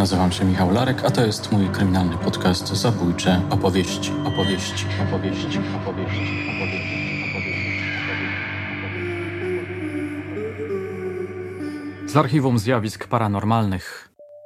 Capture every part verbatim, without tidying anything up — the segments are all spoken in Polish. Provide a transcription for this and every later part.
Nazywam się Michał Larek, a to jest mój kryminalny podcast Zabójcze opowieści, opowieści, opowieści, opowieści, opowieści, opowieści. Z archiwum zjawisk paranormalnych.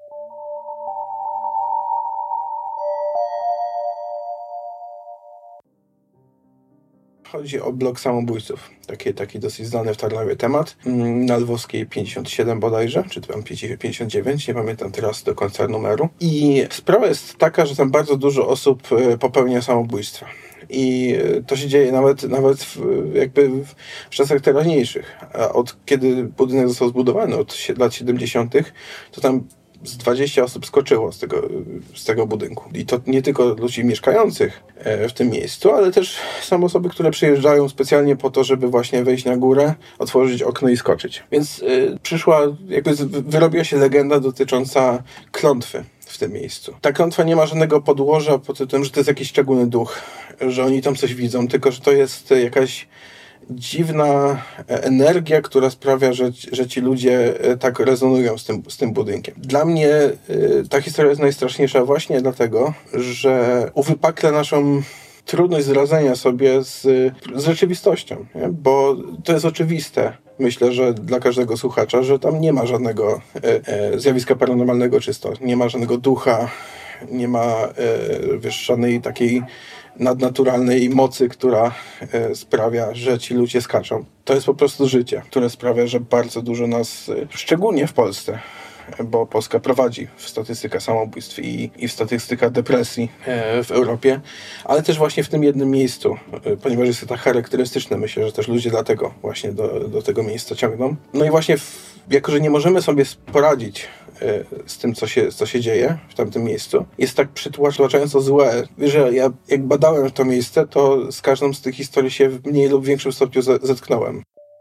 Chodzi o blok samobójców. Taki, taki dosyć znany w Tarnowie temat. Na Lwowskiej pięćdziesiąt siedem bodajże, czy tam pięćdziesiąt dziewięć, nie pamiętam teraz do końca numeru. I sprawa jest taka, że tam bardzo dużo osób popełnia samobójstwa. I to się dzieje nawet, nawet w, jakby w czasach teraźniejszych. A od kiedy budynek został zbudowany, od lat siedemdziesiątych, to tam z dwadzieścia osób skoczyło z tego, z tego budynku. I to nie tylko ludzi mieszkających w tym miejscu, ale też są osoby, które przyjeżdżają specjalnie po to, żeby właśnie wejść na górę, otworzyć okno i skoczyć. Więc y, przyszła, jakby wyrobiła się legenda dotycząca klątwy w tym miejscu. Ta klątwa nie ma żadnego podłoża pod tym, że to jest jakiś szczególny duch, że oni tam coś widzą, tylko że to jest jakaś dziwna energia, która sprawia, że, że ci ludzie tak rezonują z tym, z tym budynkiem. Dla mnie y, ta historia jest najstraszniejsza właśnie dlatego, że uwypakla naszą trudność zradzenia sobie z, z rzeczywistością, nie? Bo to jest oczywiste. Myślę, że dla każdego słuchacza, że tam nie ma żadnego e, e, zjawiska paranormalnego czysto. Nie ma żadnego ducha, nie ma e, wiesz, żadnej takiej nadnaturalnej mocy, która e, sprawia, że ci ludzie skaczą. To jest po prostu życie, które sprawia, że bardzo dużo nas, e, szczególnie w Polsce, bo Polska prowadzi w statystykę samobójstw i, i w statystykę depresji e, w Europie, ale też właśnie w tym jednym miejscu, e, ponieważ jest to tak charakterystyczne, myślę, że też ludzie dlatego właśnie do, do tego miejsca ciągną. No i właśnie, w, jako że nie możemy sobie poradzić e, z tym, co się, co się dzieje w tamtym miejscu, jest tak przytłaczająco złe, że ja jak badałem to miejsce, to z każdą z tych historii się w mniej lub większym stopniu zetknąłem.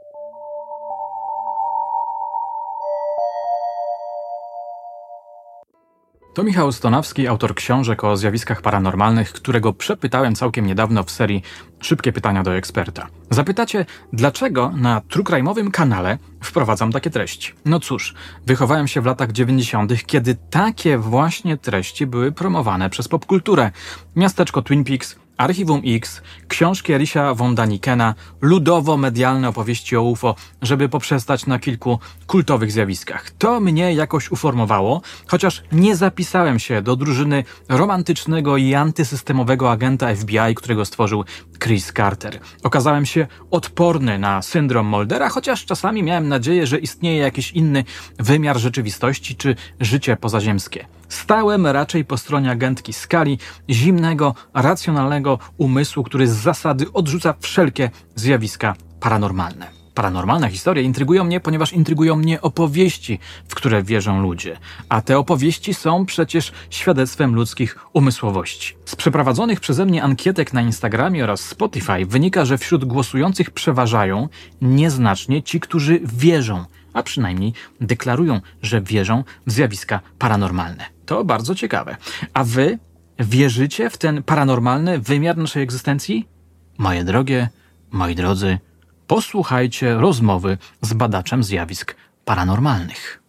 To Michał Stonawski, autor książek o zjawiskach paranormalnych, którego przepytałem całkiem niedawno w serii Szybkie pytania do eksperta. Zapytacie, dlaczego na True Crime'owym kanale wprowadzam takie treści? No cóż, wychowałem się w latach dziewięćdziesiątych, kiedy takie właśnie treści były promowane przez popkulturę. Miasteczko Twin Peaks, Archiwum X, książki Erisa von Danikena, ludowo-medialne opowieści o U F O, żeby poprzestać na kilku kultowych zjawiskach. To mnie jakoś uformowało, chociaż nie zapisałem się do drużyny romantycznego i antysystemowego agenta F B I, którego stworzył Chris Carter. Okazałem się odporny na syndrom Muldera, chociaż czasami miałem nadzieję, że istnieje jakiś inny wymiar rzeczywistości czy życie pozaziemskie. Stałem raczej po stronie agentki Scully, zimnego, racjonalnego umysłu, który z zasady odrzuca wszelkie zjawiska paranormalne. Paranormalne historie intrygują mnie, ponieważ intrygują mnie opowieści, w które wierzą ludzie. A te opowieści są przecież świadectwem ludzkich umysłowości. Z przeprowadzonych przeze mnie ankietek na Instagramie oraz Spotify wynika, że wśród głosujących przeważają nieznacznie ci, którzy wierzą, a przynajmniej deklarują, że wierzą w zjawiska paranormalne. To bardzo ciekawe. A wy wierzycie w ten paranormalny wymiar naszej egzystencji? Moje drogie, moi drodzy, posłuchajcie rozmowy z badaczem zjawisk paranormalnych.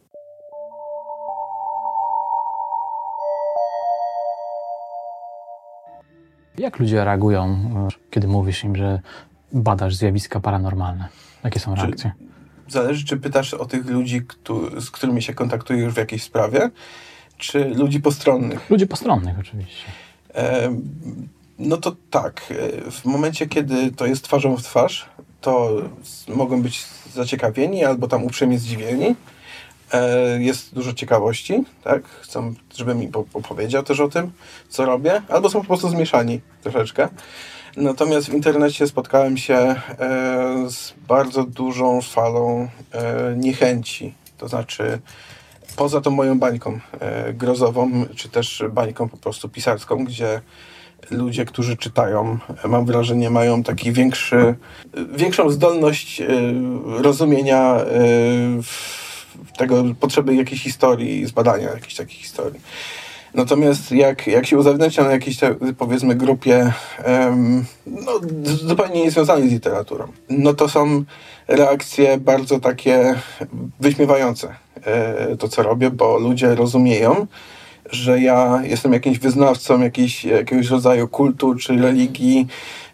Jak ludzie reagują, kiedy mówisz im, że badasz zjawiska paranormalne? Jakie są reakcje? Zależy, czy pytasz o tych ludzi, którzy, z którymi się kontaktujesz w jakiejś sprawie, czy ludzi postronnych? Ludzi postronnych oczywiście. E, no to tak. W momencie, kiedy to jest twarzą w twarz, to mogą być zaciekawieni albo tam uprzejmie zdziwieni. E, jest dużo ciekawości, tak? Chcą, żebym mi opowiedział też o tym, co robię, albo są po prostu zmieszani troszeczkę. Natomiast w internecie spotkałem się e, z bardzo dużą falą e, niechęci. To znaczy, poza tą moją bańką e, grozową, czy też bańką po prostu pisarską, gdzie ludzie, którzy czytają, mam wrażenie, mają taki większy, większą zdolność e, rozumienia e, tego potrzeby jakiejś historii, zbadania jakiejś takiej historii. Natomiast jak, jak się uzewnętrznia na jakiejś, powiedzmy, grupie um, no, zupełnie niezwiązanej z literaturą, no to są reakcje bardzo takie wyśmiewające e, to, co robię, bo ludzie rozumieją że ja jestem jakimś wyznawcą jakiejś, jakiegoś rodzaju kultu czy religii.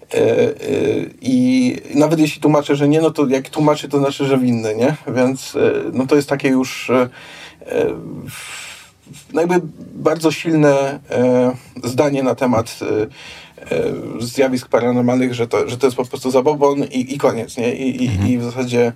I nawet jeśli tłumaczę, że nie, no to jak tłumaczę, to znaczy, że winny, nie? Więc no to jest takie już no jakby bardzo silne zdanie na temat zjawisk paranormalnych, że to, że to jest po prostu zabobon i, i koniec, nie? I, mhm. i, i w zasadzie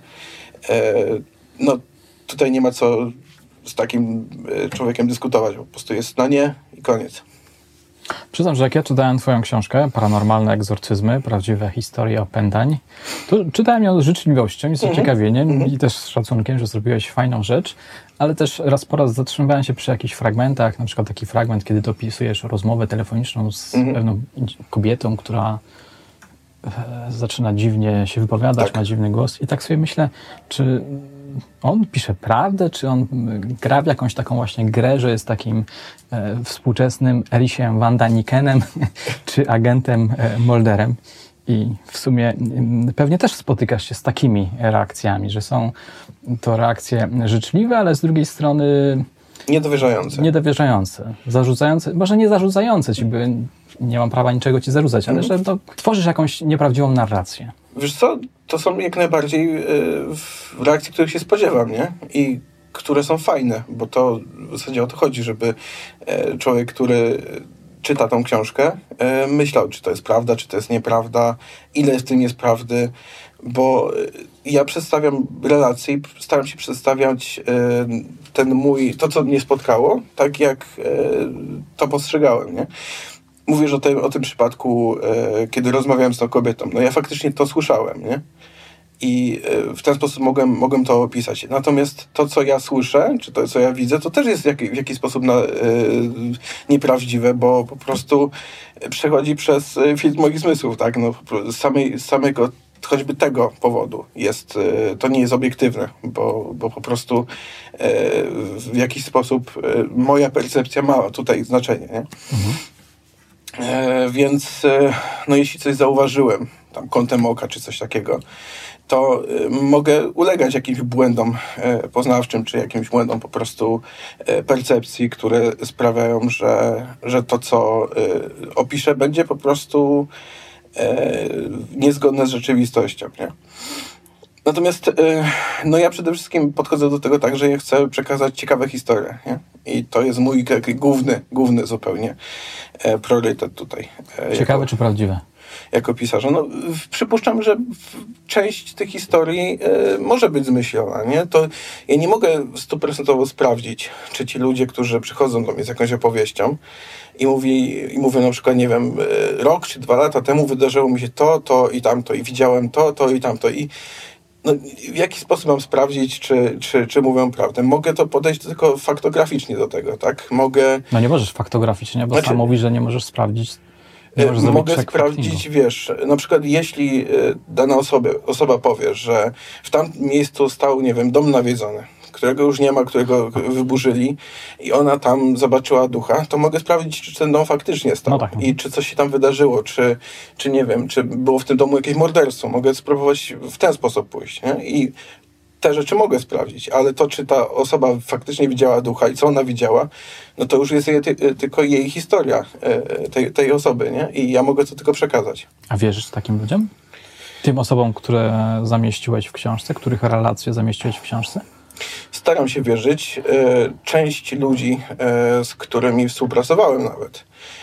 no tutaj nie ma co z takim człowiekiem dyskutować, po prostu jest na nie i koniec. Przyznam, że jak ja czytałem twoją książkę Paranormalne egzorcyzmy, prawdziwe historie opętań, to czytałem ją z życzliwością i z zaciekawieniem mm-hmm. i też z szacunkiem, że zrobiłeś fajną rzecz, ale też raz po raz zatrzymywałem się przy jakichś fragmentach, na przykład taki fragment, kiedy ty opisujesz rozmowę telefoniczną z mm-hmm. pewną kobietą, która e, zaczyna dziwnie się wypowiadać, tak. ma dziwny głos i tak sobie myślę, czy on pisze prawdę, czy on gra w jakąś taką właśnie grę, że jest takim e, współczesnym Erisiem Van Danikenem, czy agentem e, Mulderem. I w sumie m, pewnie też spotykasz się z takimi reakcjami, że są to reakcje życzliwe, ale z drugiej strony niedowierzające. Niedowierzające. Zarzucające, może nie zarzucające ci, bo nie mam prawa niczego ci zarzucać, ale mm. że to tworzysz jakąś nieprawdziwą narrację. Wiesz co, to są jak najbardziej y, reakcje, których się spodziewam, nie? I które są fajne, bo to w zasadzie o to chodzi, żeby y, człowiek, który czyta tą książkę, y, myślał, czy to jest prawda, czy to jest nieprawda, ile w tym jest prawdy, bo y, ja przedstawiam relacje i staram się przedstawiać y, ten mój, to co mnie spotkało, tak jak y, to postrzegałem, nie? Mówisz o tym, o tym przypadku, e, kiedy rozmawiałem z tą kobietą. No ja faktycznie to słyszałem, nie? I e, w ten sposób mogłem, mogłem to opisać. Natomiast to, co ja słyszę, czy to, co ja widzę, to też jest jak, w jakiś sposób na, e, nieprawdziwe, bo po prostu przechodzi przez filtr moich zmysłów, tak? No, z samej, z samego choćby tego powodu jest, e, to nie jest obiektywne, bo, bo po prostu e, w jakiś sposób e, moja percepcja ma tutaj znaczenie, nie? Mhm. E, więc e, no jeśli coś zauważyłem, tam kątem oka czy coś takiego, to e, mogę ulegać jakimś błędom e, poznawczym, czy jakimś błędom po prostu e, percepcji, które sprawiają, że, że to, co e, opiszę, będzie po prostu e, niezgodne z rzeczywistością, nie? Natomiast no ja przede wszystkim podchodzę do tego tak, że ja chcę przekazać ciekawe historie, nie? I to jest mój taki główny, główny zupełnie e, priorytet tutaj. E, ciekawe jako, czy prawdziwe? Jako pisarza. No, w, przypuszczam, że część tych historii e, może być zmyślona, nie? To ja nie mogę stuprocentowo sprawdzić, czy ci ludzie, którzy przychodzą do mnie z jakąś opowieścią i, mówi, i mówią na przykład, nie wiem, rok czy dwa lata temu wydarzyło mi się to, to i tamto i widziałem to, to i tamto i no, w jaki sposób mam sprawdzić, czy, czy, czy mówią prawdę? Mogę to podejść tylko faktograficznie do tego, tak? Mogę... No nie możesz faktograficznie, bo znaczy, sam mówisz, że nie możesz sprawdzić. Nie możesz mogę sprawdzić, wiesz, na przykład jeśli dana osoba, osoba powie, że w tamtym miejscu stał, nie wiem, dom nawiedzony, którego już nie ma, którego wyburzyli i ona tam zobaczyła ducha, to mogę sprawdzić, czy ten dom faktycznie stał. No tak. I czy coś się tam wydarzyło, czy, czy nie wiem, czy było w tym domu jakieś morderstwo. Mogę spróbować w ten sposób pójść, nie? I te rzeczy mogę sprawdzić, ale to, czy ta osoba faktycznie widziała ducha i co ona widziała, no to już jest jej, ty, tylko jej historia tej, tej osoby, nie? I ja mogę to tylko przekazać. A wierzysz takim ludziom? Tym osobom, które zamieściłeś w książce, których relacje zamieściłeś w książce? Staram się wierzyć. Część ludzi, z którymi współpracowałem nawet,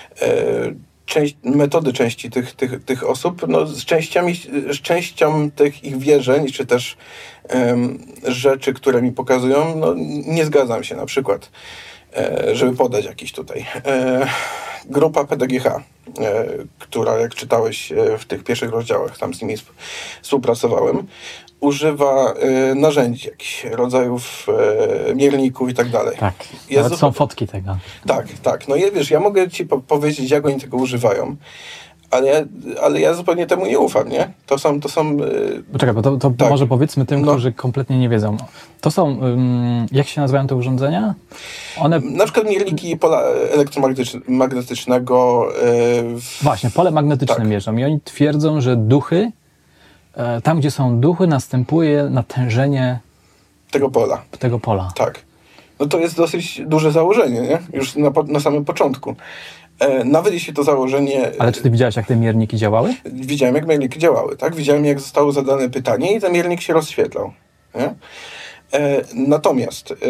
część, metody części tych, tych, tych osób, no z, częściami, z częścią tych ich wierzeń, czy też um, rzeczy, które mi pokazują, no nie zgadzam się. Na przykład, e, żeby podać jakiś tutaj. E, grupa P D G H, e, która, jak czytałeś w tych pierwszych rozdziałach, tam z nimi współpracowałem, używa y, narzędzi, jakichś rodzajów y, mierników i tak dalej. Tak, ja nawet są fotki tego. Tak, tak. No i wiesz, ja mogę ci po- powiedzieć, jak oni tego używają, ale ja, ale ja zupełnie temu nie ufam, nie? To są... To są y, Poczekaj, bo to, to tak. Może powiedzmy tym, no. którzy kompletnie nie wiedzą. To są, ym, jak się nazywają te urządzenia? One... Na przykład mierniki pola elektromagnetycznego. Y, w... Właśnie, pole magnetyczne tak. mierzą i oni twierdzą, że duchy, tam, gdzie są duchy, następuje natężenie tego pola. Tego pola. Tak. no to jest dosyć duże założenie, nie? Już na, na samym początku. E, nawet jeśli to założenie... Ale czy ty widziałeś, jak te mierniki działały? Widziałem, jak mierniki działały, tak? Widziałem, jak zostało zadane pytanie i ten miernik się rozświetlał. Nie? E, natomiast e,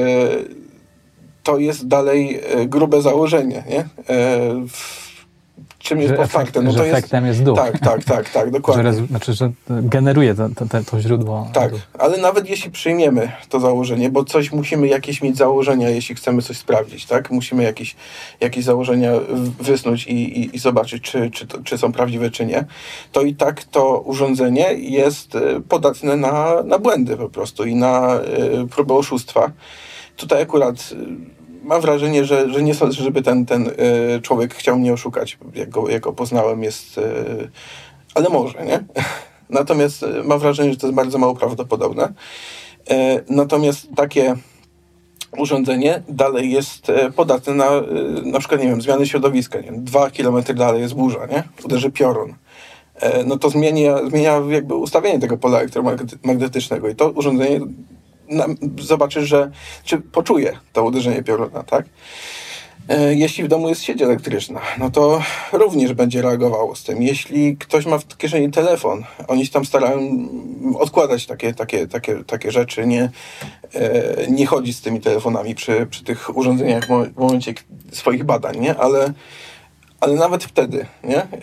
to jest dalej e, grube założenie, nie? E, w, czym jest poparte? No że to efektem jest, jest duch. Tak, tak, tak, tak, dokładnie. Że, znaczy, że generuje to, to, to źródło. Tak, ale nawet jeśli przyjmiemy to założenie, bo coś musimy jakieś mieć założenia, jeśli chcemy coś sprawdzić, tak? Musimy jakieś, jakieś założenia wysnuć i, i, i zobaczyć, czy, czy, to, czy są prawdziwe, czy nie, to i tak to urządzenie jest podatne na, na błędy po prostu i na y, próbę oszustwa. Tutaj akurat mam wrażenie, że, że nie sądzę, żeby ten, ten y, człowiek chciał mnie oszukać. Jak go, jak go poznałem, jest... Y, ale może, nie? Natomiast y, mam wrażenie, że to jest bardzo mało prawdopodobne. Y, natomiast takie urządzenie dalej jest y, podatne na y, na przykład, nie wiem, zmiany środowiska. Nie? Dwa kilometry dalej jest burza, nie? Uderzy piorun. Y, no to zmienia, zmienia jakby ustawienie tego pola elektromagnetycznego i to urządzenie zobaczysz, że czy poczuje to uderzenie pioruna, tak? E, jeśli w domu jest sieć elektryczna, no to również będzie reagowało z tym. Jeśli ktoś ma w kieszeni telefon, oni się tam starają odkładać takie, takie, takie, takie rzeczy, nie, e, nie chodzi z tymi telefonami przy, przy tych urządzeniach w momencie swoich badań, nie? Ale, ale nawet wtedy, nie? E,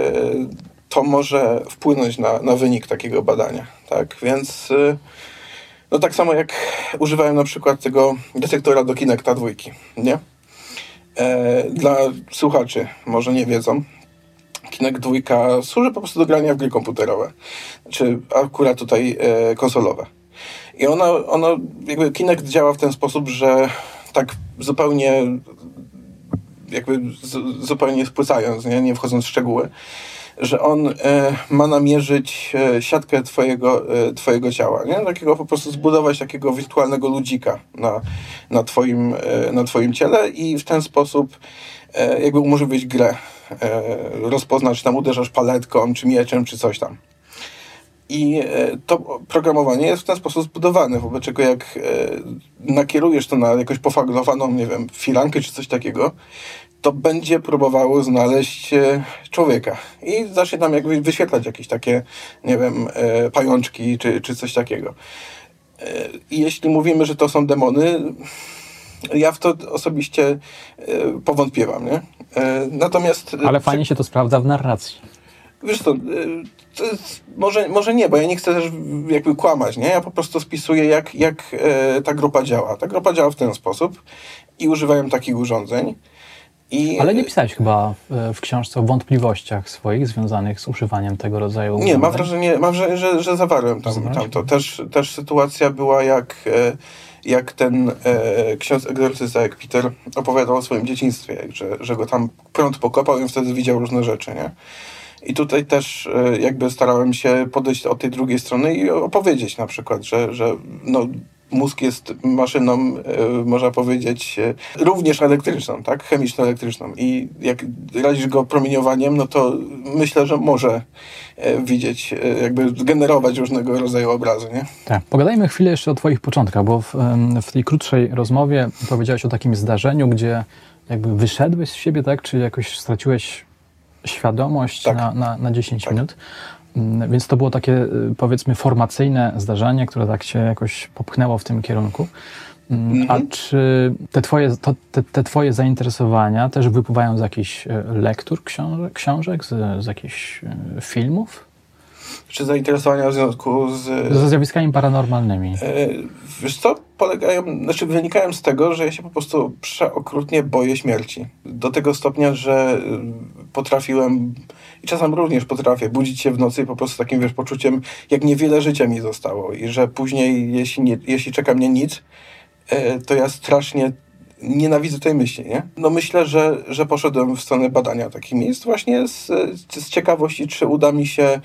to może wpłynąć na, na wynik takiego badania, tak? Więc e, no tak samo jak używałem na przykład tego detektora do Kinecta dwójki, nie? E, dla słuchaczy, może nie wiedzą, Kinect dwójka służy po prostu do grania w gry komputerowe, czy akurat tutaj e, konsolowe. I ono, ono, jakby Kinect działa w ten sposób, że tak zupełnie jakby z, zupełnie spłycając, nie, nie wchodząc w szczegóły, że on e, ma namierzyć e, siatkę twojego, e, twojego ciała, nie? Takiego po prostu zbudować takiego wirtualnego ludzika na, na, twoim, e, na twoim ciele i w ten sposób e, jakby umożliwić grę. E, rozpoznać, czy tam uderzasz paletką, czy mieczem, czy coś tam. I e, to programowanie jest w ten sposób zbudowane, wobec czego jak e, nakierujesz to na jakąś pofaglowaną, nie wiem, firankę, czy coś takiego, to będzie próbowało znaleźć e, człowieka. I zacznie tam jakby wyświetlać jakieś takie, nie wiem, e, pajączki, czy, czy coś takiego. E, I jeśli mówimy, że to są demony, ja w to osobiście e, powątpiewam, nie? E, natomiast... Ale fajnie się to sprawdza w narracji. Wiesz co, to jest, może, może nie, bo ja nie chcę też jakby kłamać, nie? Ja po prostu spisuję, jak, jak e, ta grupa działa. Ta grupa działa w ten sposób i używałem takich urządzeń. I... Ale nie pisałeś chyba w książce o wątpliwościach swoich związanych z używaniem tego rodzaju urządzeń? Nie, mam wrażenie, mam wrażenie że, że zawarłem tam, tam to. Też, też sytuacja była jak, jak ten e, ksiądz egzorcysta, jak Peter opowiadał o swoim dzieciństwie, że, że go tam prąd pokopał i wtedy widział różne rzeczy, nie? I tutaj też e, jakby starałem się podejść od tej drugiej strony i opowiedzieć na przykład, że, że no, mózg jest maszyną, e, można powiedzieć, e, również elektryczną, tak? Chemiczno-elektryczną. I jak razisz go promieniowaniem, no to myślę, że może e, widzieć, e, jakby generować różnego rodzaju obrazy, nie? Tak. Pogadajmy chwilę jeszcze o twoich początkach, bo w, w tej krótszej rozmowie powiedziałeś o takim zdarzeniu, gdzie jakby wyszedłeś z siebie, tak? Czy jakoś straciłeś świadomość tak. na, na, na dziesięć tak. minut. Więc to było takie, powiedzmy, formacyjne zdarzenie, które tak się jakoś popchnęło w tym kierunku. Mm-hmm. A czy te twoje, to, te, te twoje zainteresowania też wypływają z jakichś lektur książek, książek z, z jakichś filmów? Czy zainteresowania w związku z... Ze zjawiskami paranormalnymi. E, wiesz co? Polegają, znaczy wynikają z tego, że ja się po prostu przeokrutnie boję śmierci. Do tego stopnia, że potrafiłem, i czasem również potrafię, budzić się w nocy i po prostu takim, wiesz, poczuciem, jak niewiele życia mi zostało. I że później, jeśli, nie, jeśli czeka mnie nic, e, to ja strasznie nienawidzę tej myśli, nie? No myślę, że, że poszedłem w stronę badania takich miejsc właśnie z, z ciekawości, czy uda mi się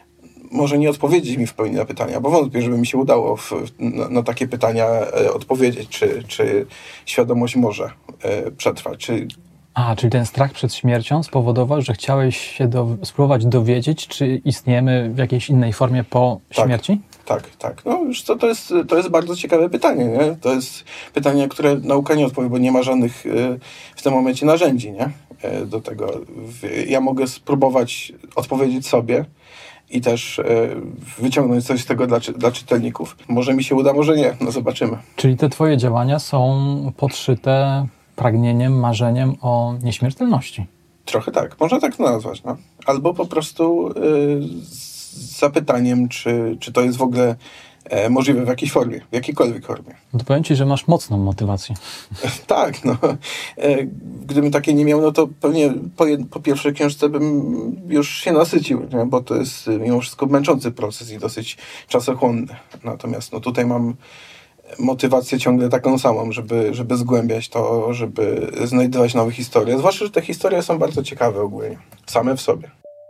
może nie odpowiedzieć mi w pełni na pytania, bo wątpię, żeby mi się udało w, na, na takie pytania e, odpowiedzieć, czy, czy świadomość może e, przetrwać. Czy... A, czyli ten strach przed śmiercią spowodował, że chciałeś się do, spróbować dowiedzieć, czy istniejemy w jakiejś innej formie po tak, śmierci? tak, tak. No już to, to, jest, to jest bardzo ciekawe pytanie, nie? To jest pytanie, które nauka nie odpowie, bo nie ma żadnych y, w tym momencie narzędzi, nie? Y, do tego. Ja mogę spróbować odpowiedzieć sobie i też y, wyciągnąć coś z tego dla, dla czytelników. Może mi się uda, może nie. No zobaczymy. Czyli te twoje działania są podszyte pragnieniem, marzeniem o nieśmiertelności. Trochę tak. Można tak to nazwać, no. Albo po prostu y, z zapytaniem, czy, czy to jest w ogóle e, możliwe w jakiejś formie, w jakiejkolwiek formie. No to powiem ci, że masz mocną motywację. Tak, no. E, gdybym takiej nie miał, no to pewnie po, po pierwszej książce bym już się nasycił, nie? Bo to jest mimo wszystko męczący proces i dosyć czasochłonny. Natomiast no, tutaj mam motywację ciągle taką samą, żeby, żeby zgłębiać to, żeby znajdować nowe historie. Zwłaszcza, że te historie są bardzo ciekawe ogólnie, same w sobie.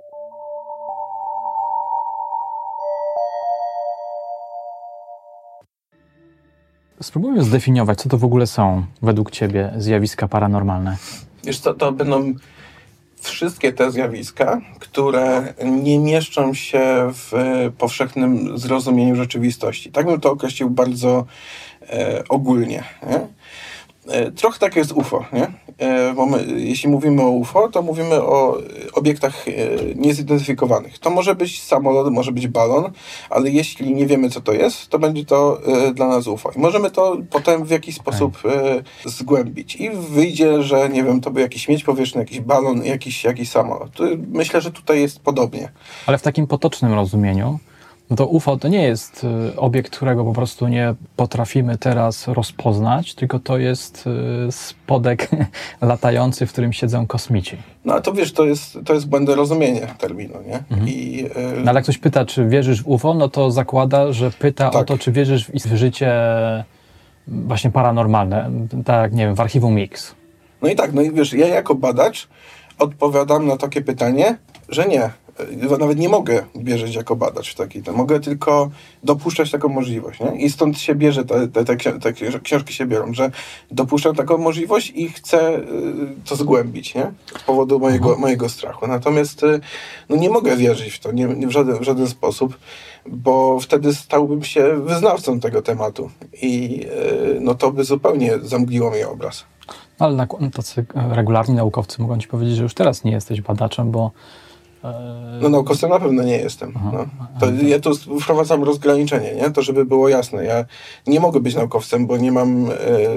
Spróbujmy zdefiniować, co to w ogóle są według ciebie zjawiska paranormalne. Wiesz co, to będą wszystkie te zjawiska, które nie mieszczą się w powszechnym zrozumieniu rzeczywistości. Tak bym to określił bardzo e, ogólnie. Nie? E, trochę tak jest U F O. Nie? E, my, jeśli mówimy o U F O, to mówimy o obiektach e, niezidentyfikowanych. To może być samolot, może być balon, ale jeśli nie wiemy, co to jest, to będzie to e, dla nas U F O. I możemy to potem w jakiś sposób e, zgłębić. I wyjdzie, że nie wiem, to był jakiś miedź powietrzny, jakiś balon, jakiś, jakiś samolot. Myślę, że tutaj jest podobnie. Ale w takim potocznym rozumieniu, no to U F O to nie jest y, obiekt, którego po prostu nie potrafimy teraz rozpoznać, tylko to jest y, spodek latający, w którym siedzą kosmici. No a to wiesz, to jest, to jest błędne rozumienie terminu, nie? Mhm. I, y... no, ale jak ktoś pyta, czy wierzysz w U F O, no to zakłada, że pyta tak. o to, czy wierzysz w życie właśnie paranormalne, tak jak, nie wiem, w archiwum Mix. No i tak, no i wiesz, ja jako badacz odpowiadam na takie pytanie, że nie. Nawet nie mogę wierzyć jako badacz w taki ten. Mogę tylko dopuszczać taką możliwość, nie? I stąd się bierze, te, te, te, te książki się biorą, że dopuszczam taką możliwość i chcę y, to zgłębić, nie? Z powodu mojego, mhm. mojego strachu. Natomiast y, no nie mogę wierzyć w to, nie, nie w, żaden, w żaden sposób, bo wtedy stałbym się wyznawcą tego tematu i y, no to by zupełnie zamgliło mi obraz. Ale tacy regularni naukowcy mogą ci powiedzieć, że już teraz nie jesteś badaczem, bo No naukowcem na pewno nie jestem. Aha, no. To ja tu wprowadzam rozgraniczenie, nie? To żeby było jasne. Ja nie mogę być naukowcem, bo nie mam e,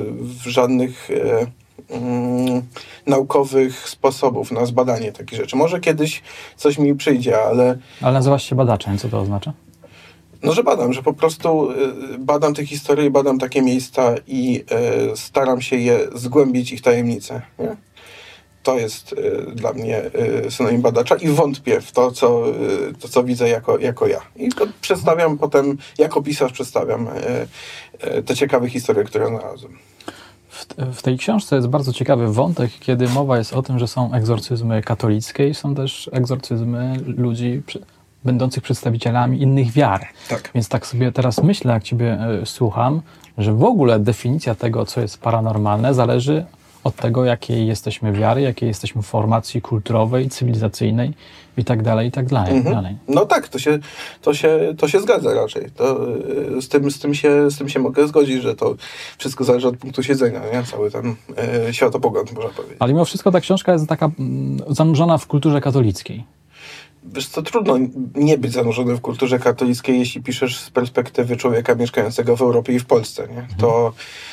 żadnych e, mm, naukowych sposobów na zbadanie takich rzeczy. Może kiedyś coś mi przyjdzie, ale... Ale nazywasz się badaczem, co to oznacza? No, że badam, że po prostu y, badam te historie, badam takie miejsca i y, staram się je zgłębić, ich tajemnice, nie? To jest y, dla mnie y, synonim badacza i wątpię w to, co, y, to, co widzę jako, jako ja. I to przedstawiam potem, jako pisarz przedstawiam y, y, te ciekawe historie, które znalazłem. W, w tej książce jest bardzo ciekawy wątek, kiedy mowa jest o tym, że są egzorcyzmy katolickie i są też egzorcyzmy ludzi przy, będących przedstawicielami innych wiar. Tak. Więc tak sobie teraz myślę, jak ciebie y, słucham, że w ogóle definicja tego, co jest paranormalne, zależy od tego, jakiej jesteśmy wiary, jakiej jesteśmy formacji kulturowej, cywilizacyjnej i tak dalej, i tak dalej. Mhm. dalej. No tak, to się, to się, to się zgadza raczej. To, y, z, tym, z, tym się, z tym się mogę zgodzić, że to wszystko zależy od punktu siedzenia, nie? Cały ten y, światopogląd, można powiedzieć. Ale mimo wszystko ta książka jest taka mm, zanurzona w kulturze katolickiej. Wiesz co, trudno nie być zanurzonym w kulturze katolickiej, jeśli piszesz z perspektywy człowieka mieszkającego w Europie i w Polsce, nie? Mhm. To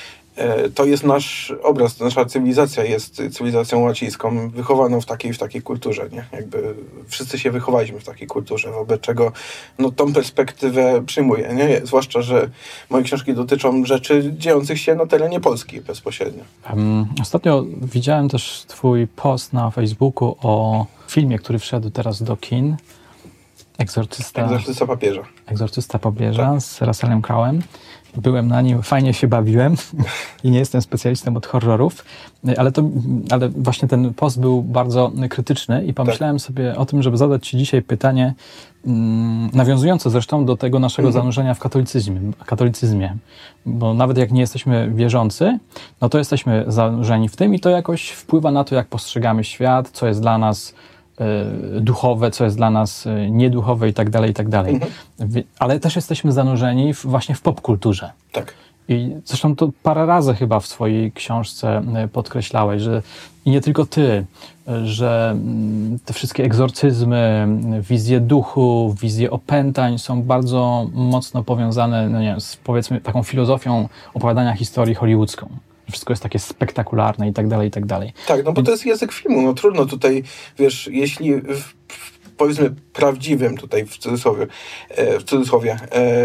To jest nasz obraz, nasza cywilizacja jest cywilizacją łacińską, wychowaną w takiej w takiej kulturze, nie? Jakby wszyscy się wychowaliśmy w takiej kulturze, wobec czego no, tą perspektywę przyjmuję, nie? Zwłaszcza, że moje książki dotyczą rzeczy dziejących się na terenie Polski bezpośrednio. Um, ostatnio widziałem też twój post na Facebooku o filmie, który wszedł teraz do kin. Egzorcysta, Egzorcysta papieża. Egzorcysta papieża tak. z Russellem Crowe'em. Byłem na nim, fajnie się bawiłem i nie jestem specjalistą od horrorów, ale, to, ale właśnie ten post był bardzo krytyczny i pomyślałem tak. sobie o tym, żeby zadać ci dzisiaj pytanie, mm, nawiązujące zresztą do tego naszego mhm. zanurzenia w katolicyzmie, katolicyzmie, bo nawet jak nie jesteśmy wierzący, no to jesteśmy zanurzeni w tym i to jakoś wpływa na to, jak postrzegamy świat, co jest dla nas y, duchowe, co jest dla nas y, nieduchowe i tak dalej, i tak dalej. Mhm. Ale też jesteśmy zanurzeni w, właśnie w popkulturze. Tak. I zresztą to parę razy chyba w swojej książce podkreślałeś, że i nie tylko ty, że te wszystkie egzorcyzmy, wizje duchu, wizje opętań są bardzo mocno powiązane, no nie wiem, z powiedzmy taką filozofią opowiadania historii hollywoodzką. Wszystko jest takie spektakularne i tak dalej, i tak dalej. Tak, no bo Więc... to jest język filmu, no trudno tutaj, wiesz, jeśli w, powiedzmy prawdziwym tutaj w cudzysłowie, w cudzysłowie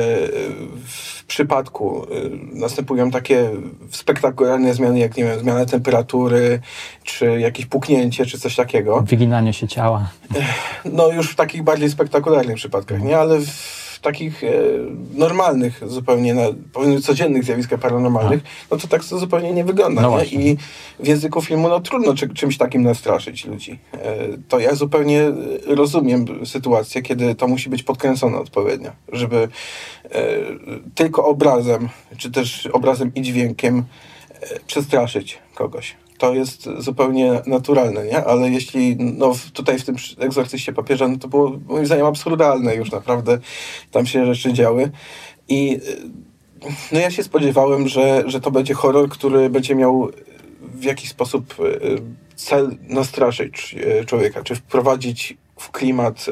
w przypadku następują takie spektakularne zmiany, jak nie wiem, zmiana temperatury, czy jakieś puknięcie, czy coś takiego. Wyginanie się ciała. No już w takich bardziej spektakularnych przypadkach, nie? Ale w takich e, normalnych zupełnie, na, powiedzmy codziennych zjawiskach paranormalnych, no to tak to zupełnie nie wygląda. No nie? I w języku filmu no trudno czy, czymś takim nastraszyć ludzi. E, to ja zupełnie rozumiem sytuację, kiedy to musi być podkręcone odpowiednio, żeby e, tylko obrazem, czy też obrazem i dźwiękiem e, przestraszyć kogoś. To jest zupełnie naturalne, nie? Ale jeśli no, tutaj w tym egzorcyście papieża, no to było moim zdaniem absurdalne już naprawdę. Tam się rzeczy działy. I no ja się spodziewałem, że, że to będzie horror, który będzie miał w jakiś sposób cel nastraszyć człowieka, czy wprowadzić w klimat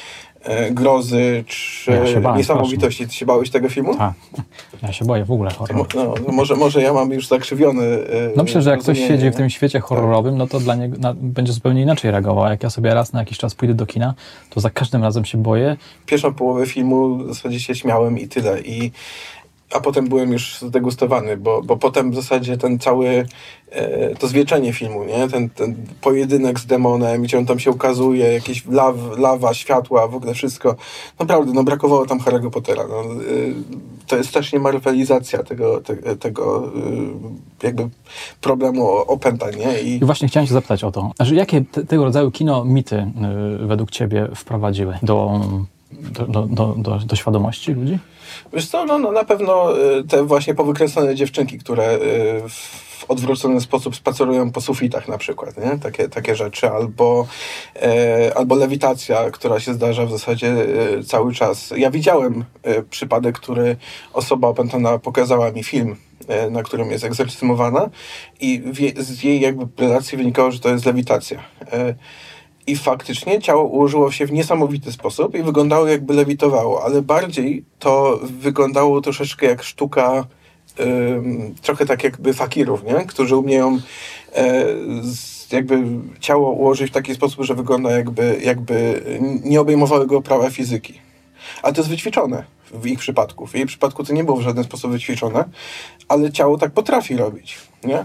grozy, czy ja bałem, niesamowitości. Ty się bałeś tego filmu? Tak. Ja się boję w ogóle horroru. No, no, może, może ja mam już zakrzywiony... No myślę, że jak ktoś siedzi w tym świecie horrorowym, no to dla niego na, będzie zupełnie inaczej reagował. Jak ja sobie raz na jakiś czas pójdę do kina, to za każdym razem się boję. Pierwszą połowę filmu w zasadzie się śmiałem i tyle. I a potem byłem już zdegustowany, bo, bo potem w zasadzie ten cały, e, to zwieczenie filmu, nie? Ten, ten pojedynek z demonem, gdzie on tam się ukazuje, jakieś law, lawa, światła, w ogóle wszystko. Naprawdę, no brakowało tam Harry'ego Pottera. No, e, to jest też nie marvelizacja tego, te, tego e, jakby problemu opętań, nie? I... I właśnie chciałem cię zapytać o to. Znaczy, jakie te, tego rodzaju kino mity y, według ciebie wprowadziły do... Do, do, do, do, do świadomości ludzi? Wiesz co, no, no na pewno te właśnie powykręcone dziewczynki, które w odwrócony sposób spacerują po sufitach na przykład, nie? Takie, takie rzeczy, albo, e, albo lewitacja, która się zdarza w zasadzie e, cały czas. Ja widziałem e, przypadek, który osoba opętana pokazała mi film, e, na którym jest egzorcyzmowana i w, z jej jakby relacji wynikało, że to jest lewitacja. E, I faktycznie ciało ułożyło się w niesamowity sposób i wyglądało jakby lewitowało, ale bardziej to wyglądało troszeczkę jak sztuka, ym, trochę tak jakby fakirów, nie? Którzy umieją e, z, jakby ciało ułożyć w taki sposób, że wygląda jakby, jakby nie obejmowały go prawa fizyki. Ale to jest wyćwiczone w ich przypadku. W jej przypadku to nie było w żaden sposób wyćwiczone, ale ciało tak potrafi robić, nie?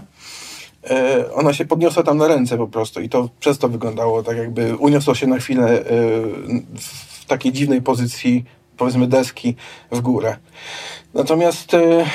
Ona się podniosła tam na ręce po prostu i to przez to wyglądało tak jakby uniosło się na chwilę w takiej dziwnej pozycji, powiedzmy deski w górę. Natomiast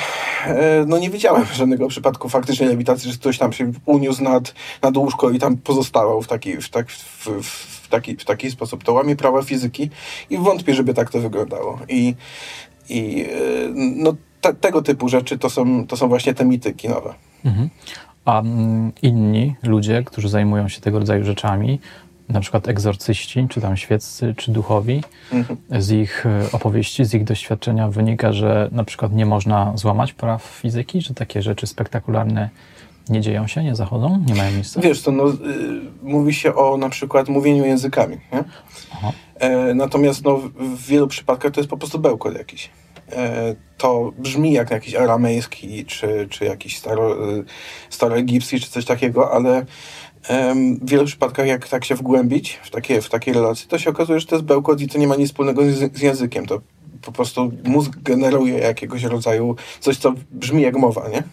no nie widziałem żadnego przypadku faktycznie lewitacji, że ktoś tam się uniósł nad, nad łóżko i tam pozostawał w taki, w, tak, w, w, taki, w taki sposób. To łamie prawa fizyki i wątpię, żeby tak to wyglądało. I, i no te, tego typu rzeczy to są, to są właśnie te mity kinowe. Mhm. A inni ludzie, którzy zajmują się tego rodzaju rzeczami, na przykład egzorcyści, czy tam świeccy, czy duchowi, mhm. z ich opowieści, z ich doświadczenia wynika, że na przykład nie można złamać praw fizyki, że takie rzeczy spektakularne nie dzieją się, nie zachodzą, nie mają miejsca? Wiesz co, no, y, mówi się o na przykład mówieniu językami, nie? E, natomiast no, w wielu przypadkach to jest po prostu bełkot jakiś. To brzmi jak jakiś aramejski, czy, czy jakiś staro, staroegipski, czy coś takiego, ale w wielu przypadkach, jak tak się wgłębić w takie, w takie relacje, to się okazuje, że to jest bełkot i to nie ma nic wspólnego z, z językiem. To po prostu mózg generuje jakiegoś rodzaju coś, co brzmi jak mowa, nie?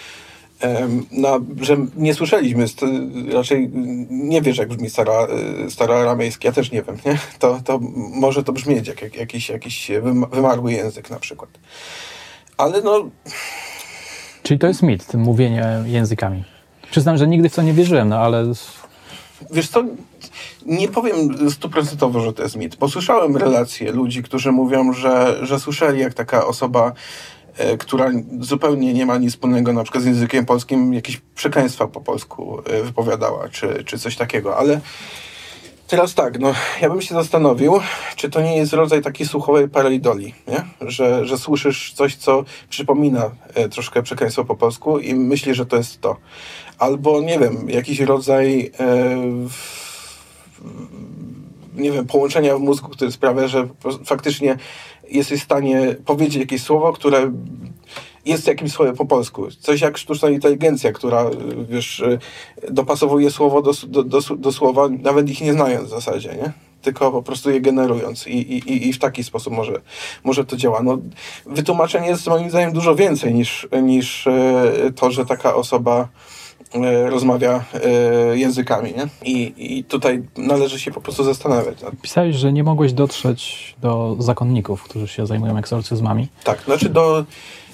No, że nie słyszeliśmy, raczej nie wiesz, jak brzmi staro, staroaramejski, ja też nie wiem, nie? To, to może to brzmieć jak, jak jakiś, jakiś wymarły język na przykład. Ale no... Czyli to jest mit, mówienie językami. Przyznam, że nigdy w to nie wierzyłem, no ale... Wiesz co, nie powiem stuprocentowo, że to jest mit. Posłyszałem relacje ludzi, którzy mówią, że, że słyszeli, jak taka osoba, która zupełnie nie ma nic wspólnego na przykład z językiem polskim, jakieś przekleństwa po polsku wypowiadała, czy, czy coś takiego, ale Teraz tak, no ja bym się zastanowił, czy to nie jest rodzaj takiej słuchowej pareidolii, nie? Że, że słyszysz coś, co przypomina e, troszkę przekleństwo po polsku i myślisz, że to jest to. Albo, nie wiem, jakiś rodzaj e, w, nie wiem, połączenia w mózgu, który sprawia, że faktycznie jesteś w stanie powiedzieć jakieś słowo, które jest jakimś słowem po polsku. Coś jak sztuczna inteligencja, która, wiesz, dopasowuje słowo do, do, do, do słowa, nawet ich nie znając w zasadzie, nie? Tylko po prostu je generując i, i, i w taki sposób może, może to działa. No, wytłumaczeń jest moim zdaniem dużo więcej niż, niż to, że taka osoba rozmawia językami, nie? I, I tutaj należy się po prostu zastanawiać. Pisałeś, że nie mogłeś dotrzeć do zakonników, którzy się zajmują egzorcyzmami. Tak, znaczy do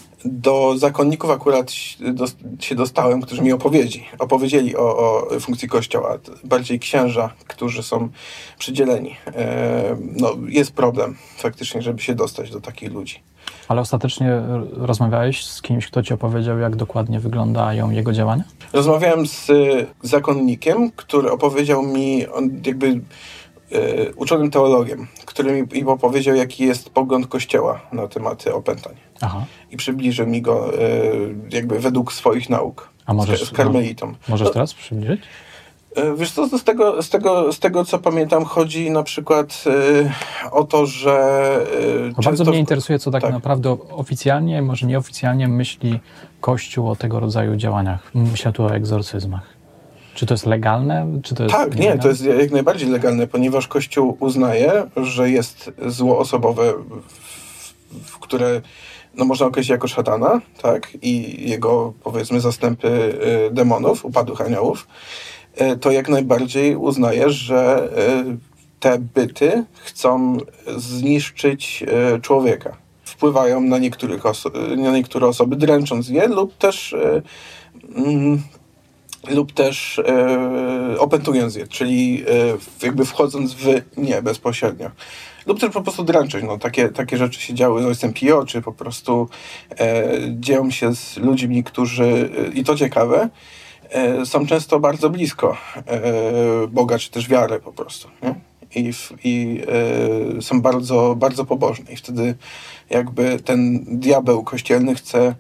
Do zakonników akurat się dostałem, którzy mi opowiedzi, opowiedzieli o, o funkcji Kościoła. Bardziej księża, którzy są przydzieleni. E, no, jest problem faktycznie, żeby się dostać do takich ludzi. Ale ostatecznie rozmawiałeś z kimś, kto ci opowiedział, jak dokładnie wyglądają jego działania? Rozmawiałem z zakonnikiem, który opowiedział mi, on jakby e, uczonym teologiem, który mi, mi opowiedział, jaki jest pogląd Kościoła na tematy opętań. Aha. I przybliżył mi go e, jakby według swoich nauk. A możesz, z, z karmelitą. No, możesz teraz przybliżyć? E, wiesz co, z tego, z, tego, z tego co pamiętam chodzi na przykład e, o to, że... E, bardzo mnie interesuje, co tak, tak naprawdę oficjalnie, może nieoficjalnie myśli Kościół o tego rodzaju działaniach. Myślę tu o egzorcyzmach. Czy to jest legalne? Czy to jest tak, nie, nie, to jest jak najbardziej legalne, ponieważ Kościół uznaje, że jest zło osobowe, w, w które no, można określić jako szatana, tak, i jego, powiedzmy, zastępy y, demonów, upadłych aniołów, y, to jak najbardziej uznaje, że y, te byty chcą zniszczyć y, człowieka. Wpływają na, niektórych oso- na niektóre osoby, dręcząc je lub też... Y, y, lub też e, opętując je, czyli e, jakby wchodząc w nie bezpośrednio. Lub też po prostu dręczyć. No, takie, takie rzeczy się działy z ojcem Pio, czy po prostu e, dzieją się z ludźmi, którzy, e, i to ciekawe, e, są często bardzo blisko e, Boga, czy też wiary po prostu. Nie? I, i e, są bardzo, bardzo pobożni. I wtedy jakby ten diabeł kościelny chce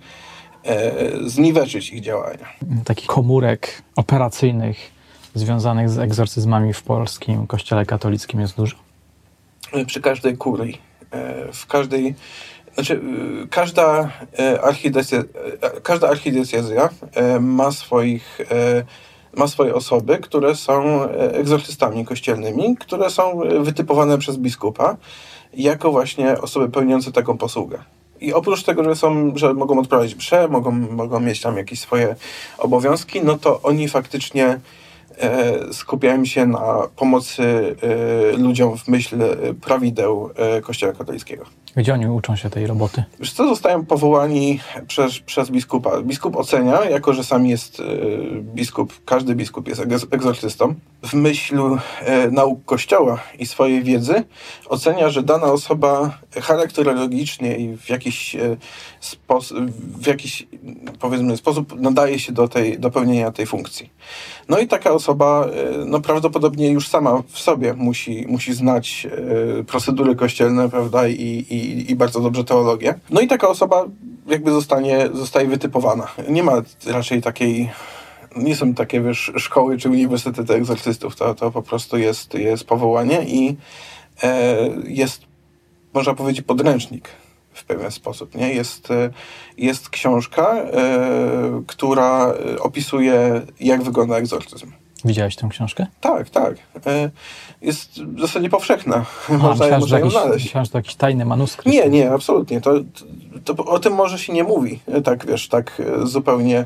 zniweczyć ich działania. Takich komórek operacyjnych związanych z egzorcyzmami w polskim kościele katolickim jest dużo? Przy każdej kurii. W każdej... Znaczy, każda archidiecezja, każda archidiecezja ma swoich... ma swoje osoby, które są egzorcystami kościelnymi, które są wytypowane przez biskupa jako właśnie osoby pełniące taką posługę. I oprócz tego, że są, że mogą odprawiać msze, mogą, mogą mieć tam jakieś swoje obowiązki, no to oni faktycznie e, skupiają się na pomocy e, ludziom w myśl prawideł e, Kościoła katolickiego. Gdzie oni uczą się tej roboty? Wiesz co, zostają powołani przez, przez biskupa. Biskup ocenia, jako że sam jest e, biskup, każdy biskup jest egzorcystą, w myśl e, nauk Kościoła i swojej wiedzy ocenia, że dana osoba charakterologicznie i w jakiś, e, sposób, w jakiś powiedzmy sposób nadaje się do, tej, do pełnienia tej funkcji. No i taka osoba e, no prawdopodobnie już sama w sobie musi, musi znać e, procedury kościelne, prawda, i, i, i bardzo dobrze teologię. No i taka osoba jakby zostanie, zostaje wytypowana. Nie ma raczej takiej... Nie są takie, wiesz, szkoły czy uniwersytety egzorcystów. To, to po prostu jest, jest powołanie i e, jest, można powiedzieć, podręcznik w pewien sposób. Nie? Jest, jest książka, e, która opisuje, jak wygląda egzorcyzm. Widziałeś tę książkę? Tak, tak. E, jest w zasadzie powszechna. A, można myślałem, można że ją jakiś, znaleźć. myślałem, że to jakiś tajny manuskrypt. Nie, nie, absolutnie. To, to, to o tym może się nie mówi. Tak, wiesz, tak zupełnie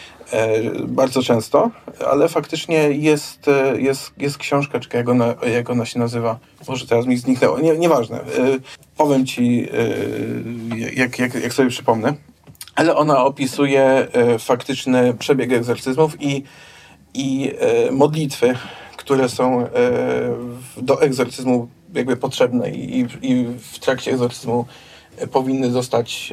bardzo często, ale faktycznie jest, jest, jest książka, czekaj, jak ona, jak ona się nazywa. Może teraz mi zniknęło. Nie, nieważne. Powiem ci, jak, jak, jak sobie przypomnę. Ale ona opisuje faktyczny przebieg egzorcyzmów i, i modlitwy, które są do egzorcyzmu jakby potrzebne i, i w trakcie egzorcyzmu powinny zostać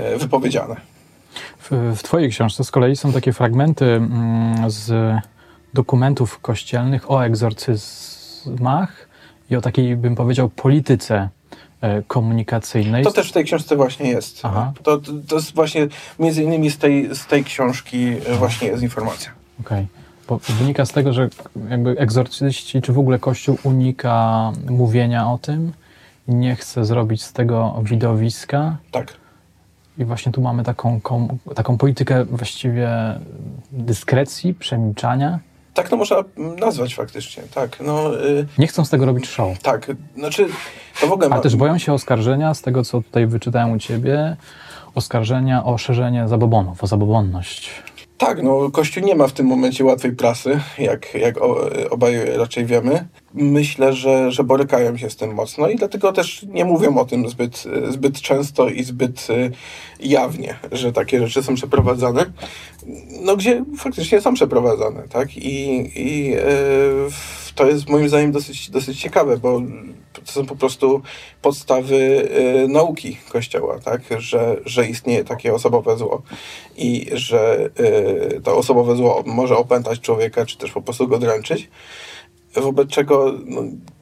wypowiedziane. W, w twojej książce z kolei są takie fragmenty z dokumentów kościelnych o egzorcyzmach i o takiej, bym powiedział, polityce komunikacyjnej. To też w tej książce właśnie jest. Aha. To, to, to jest właśnie między innymi z tej, z tej książki właśnie jest informacja. Okej. Okay. Bo wynika z tego, że jakby egzorcyści, czy w ogóle Kościół unika mówienia o tym i nie chce zrobić z tego widowiska. Tak. I właśnie tu mamy taką, kom, taką politykę właściwie dyskrecji, przemilczania. Tak to można nazwać faktycznie, tak. No, y... Nie chcą z tego robić show. Tak, znaczy to w ogóle... Ale ma... też boją się oskarżenia, z tego co tutaj wyczytałem u ciebie, oskarżenia o szerzenie zabobonów, o zabobonność. Tak, no Kościół nie ma w tym momencie łatwej prasy, jak, jak obaj raczej wiemy. Myślę, że, że borykają się z tym mocno i dlatego też nie mówią o tym zbyt, zbyt często i zbyt jawnie, że takie rzeczy są przeprowadzane. No gdzie faktycznie są przeprowadzane, tak? I, i yy, to jest moim zdaniem dosyć, dosyć ciekawe, bo to są po prostu podstawy y, nauki Kościoła, tak? Że, że istnieje takie osobowe zło i że y, to osobowe zło może opętać człowieka, czy też po prostu go dręczyć, wobec czego no,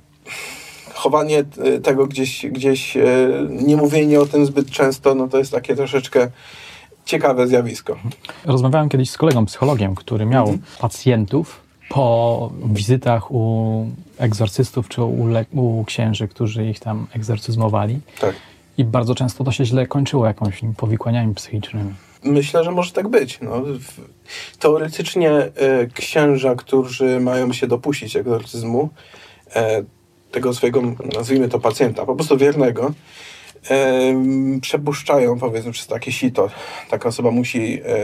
chowanie tego gdzieś, gdzieś y, nie mówienie o tym zbyt często, no to jest takie troszeczkę ciekawe zjawisko. Rozmawiałem kiedyś z kolegą psychologiem, który miał mhm. pacjentów po wizytach u egzorcystów czy u, le- u księży, którzy ich tam egzorcyzmowali. Tak. I bardzo często to się źle kończyło jakąś powikłaniami psychicznymi. Myślę, że może tak być. No, teoretycznie e, księża, którzy mają się dopuścić egzorcyzmu, e, tego swojego, nazwijmy to pacjenta, po prostu wiernego, e, przepuszczają, powiedzmy, przez takie sito. Taka osoba musi e,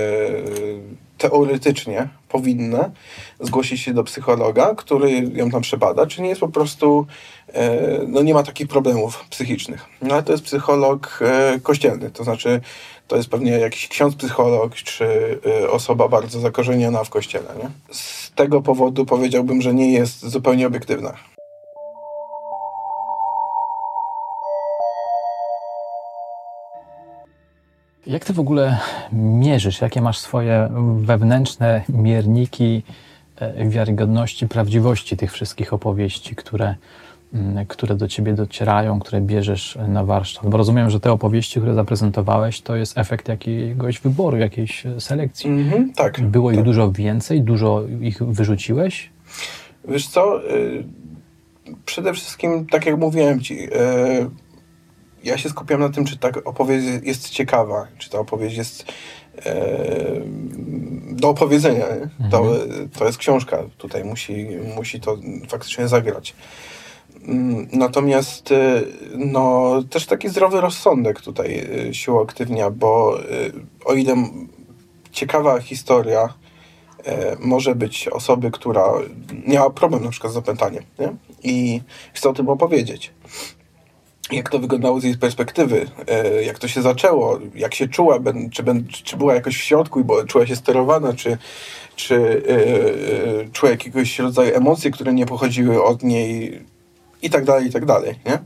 teoretycznie, powinna zgłosić się do psychologa, który ją tam przebada, czy nie jest po prostu, e, no nie ma takich problemów psychicznych. No ale to jest psycholog e, kościelny, to znaczy to jest pewnie jakiś ksiądz psycholog, czy y, osoba bardzo zakorzeniona w Kościele, nie? Z tego powodu powiedziałbym, że nie jest zupełnie obiektywna. Jak ty w ogóle mierzysz? Jakie masz swoje wewnętrzne mierniki wiarygodności, prawdziwości tych wszystkich opowieści, które które do ciebie docierają, które bierzesz na warsztat? Bo rozumiem, że te opowieści, które zaprezentowałeś, to jest efekt jakiegoś wyboru, jakiejś selekcji. Mm-hmm, tak. Było tak. ich dużo więcej? Dużo ich wyrzuciłeś? Wiesz co? Yy, przede wszystkim, tak jak mówiłem ci, yy, ja się skupiam na tym, czy ta opowieść jest ciekawa, czy ta opowieść jest yy, do opowiedzenia. Mm-hmm. To, to jest książka. Tutaj musi, musi to faktycznie zagrać. Natomiast no, też taki zdrowy rozsądek tutaj się uaktywnia, bo o ile ciekawa historia może być osoby, która miała problem na przykład z opętaniem, nie? I chce o tym opowiedzieć. Jak to wyglądało z jej perspektywy, jak to się zaczęło, jak się czuła, czy, czy była jakoś w środku i czuła się sterowana, czy, czy czuła jakiegoś rodzaju emocje, które nie pochodziły od niej, i tak dalej, i tak dalej, nie?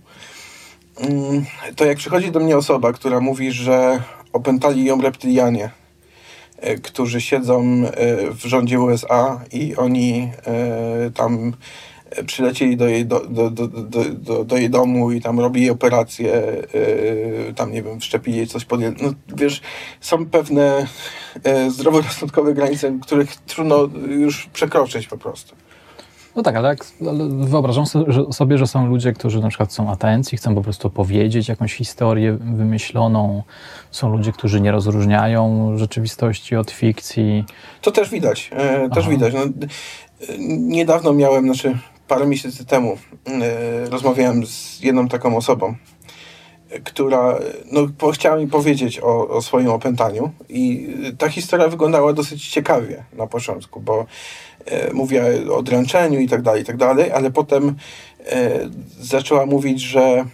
To jak przychodzi do mnie osoba, która mówi, że opętali ją reptylianie, którzy siedzą w rządzie U S A i oni tam przylecieli do jej, do, do, do, do, do, do jej domu i tam robili operację, tam nie wiem, wszczepili jej coś pod... No wiesz, są pewne zdroworozsądkowe granice, których trudno już przekroczyć po prostu. No tak, ale, jak, ale wyobrażam sobie, że są ludzie, którzy na przykład są atencji, chcą po prostu opowiedzieć jakąś historię wymyśloną. Są ludzie, którzy nie rozróżniają rzeczywistości od fikcji. To też widać, e, też widać. No, niedawno miałem, znaczy parę miesięcy temu e, rozmawiałem z jedną taką osobą, która no, chciała mi powiedzieć o, o swoim opętaniu i ta historia wyglądała dosyć ciekawie na początku, bo e, mówiła o dręczeniu i tak dalej, i tak dalej, ale potem e, zaczęła mówić, że e,